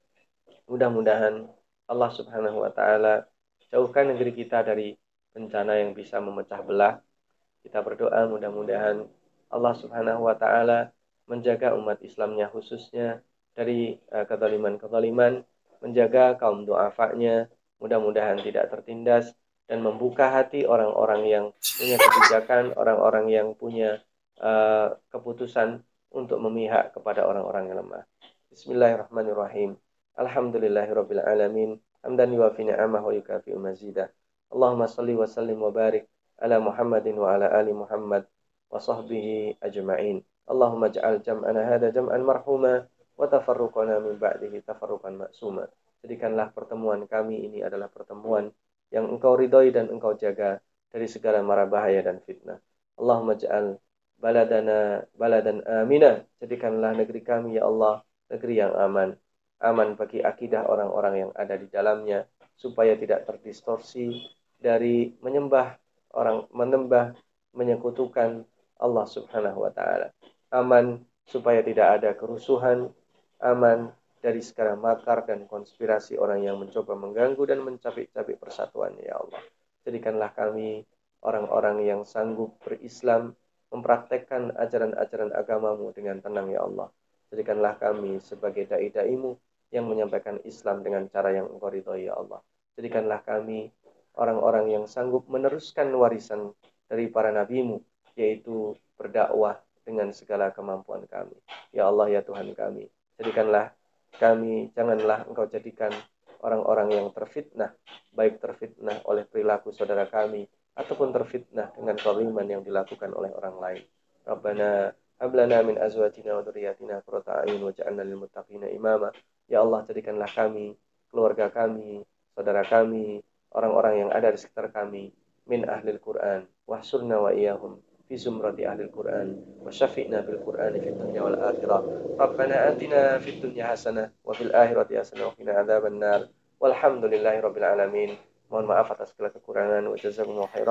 mudah-mudahan Allah Subhanahu wa taala jauhkan negeri kita dari bencana yang bisa memecah belah. Kita berdoa mudah-mudahan Allah Subhanahu wa taala menjaga umat Islamnya khususnya dari uh, kezaliman-kezaliman, menjaga kaum du'afanya, mudah-mudahan tidak tertindas, dan membuka hati orang-orang yang punya kebijakan, orang-orang yang punya uh, keputusan untuk memihak kepada orang-orang yang lemah. Bismillahirrahmanirrahim. Alhamdulillahirabbil alamin. Hamdan yuwafi ni'amahu wa yukafi'u mazidah. Allahumma shalli wa sallim wa barik ala Muhammadin wa ala ali Muhammad wa sahbihi ajma'in. Allahumma ja'al jam'ana hadha jam'an marhuma wa tafarruqana min ba'dihi tafarruqan ma'suma. Jadikanlah pertemuan kami ini adalah pertemuan yang Engkau ridhoi dan Engkau jaga dari segala mara bahaya dan fitnah. Allahumma ja'al baladana baladan aminah. Jadikanlah negeri kami ya Allah negeri yang aman. Aman bagi akidah orang-orang yang ada di dalamnya, supaya tidak terdistorsi dari menyembah orang, menyembah, menyekutukan Allah Subhanahu wa taala. Aman supaya tidak ada kerusuhan, aman dari segala makar dan konspirasi orang yang mencoba mengganggu dan mencabik-cabik persatuan ya Allah. Jadikanlah kami orang-orang yang sanggup berislam, mempraktekkan ajaran-ajaran agamamu dengan tenang ya Allah. Jadikanlah kami sebagai dai-daimu yang menyampaikan Islam dengan cara yang Engkau ridhoi ya Allah. Jadikanlah kami orang-orang yang sanggup meneruskan warisan dari para nabimu, yaitu berdakwah dengan segala kemampuan kami. Ya Allah ya Tuhan kami, jadikanlah kami, janganlah Engkau jadikan orang-orang yang terfitnah, baik terfitnah oleh perilaku saudara kami, ataupun terfitnah dengan kezaliman yang dilakukan oleh orang lain. Rabbana hab lana min azwajina wa dzurriyyatina qurrata a'yun waj'alna lil muttaqina imama. Ya Allah, jadikanlah kami, keluarga kami, saudara kami, orang-orang yang ada di sekitar kami, min ahlil Quran, wahsurna wa iyahum fi zumrati ahlil Quran, wa syafi'na bil Quran fi dunya wal akhirah. Rabbana atina fid dunya hasanah wa fil akhirati hasanah wa qina adzaban nar. Walhamdulillahi rabbil alamin. Mohon maaf atas segala kekurangan. Wa jazakumullahu khairan.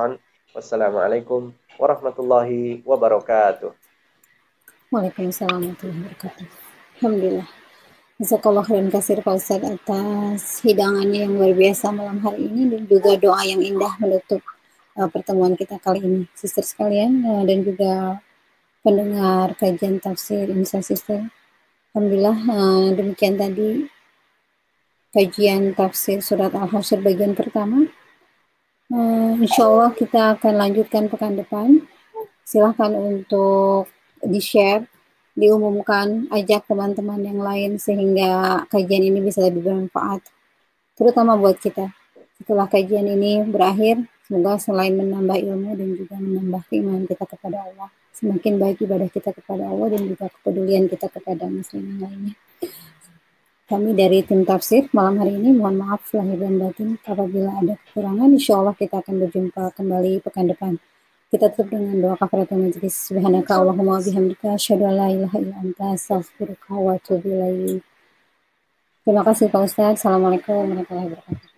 Wassalamualaikum warahmatullahi wabarakatuh. Waalaikumsalam warahmatullahi wabarakatuh. Alhamdulillah. Jazakallah khairan kasir Pak Ustadz atas hidangannya yang luar biasa malam hari ini dan juga doa yang indah menutup uh, pertemuan kita kali ini. Sister sekalian uh, dan juga pendengar kajian tafsir Insa Sister. Alhamdulillah uh, demikian tadi kajian tafsir surat Al-Hasyr bagian pertama. Uh, insya Allah kita akan lanjutkan pekan depan. Silahkan untuk di-share, diumumkan, ajak teman-teman yang lain sehingga kajian ini bisa lebih bermanfaat, terutama buat kita. Setelah kajian ini berakhir, semoga selain menambah ilmu dan juga menambah keimanan kita kepada Allah, semakin baik ibadah kita kepada Allah dan juga kepedulian kita kepada muslim yang lainnya. Kami dari tim tafsir malam hari ini mohon maaf lahir dan batin apabila ada kekurangan. Insya Allah kita akan berjumpa kembali pekan depan. Kita tutup dengan doa kafaratul majlis. Subhanaka Allahumma bihamdika asyhadu an la ilaha illa anta astaghfiruka wa atubu ilaik. Terima kasih Pak Ustadz. Assalamualaikum warahmatullahi wabarakatuh.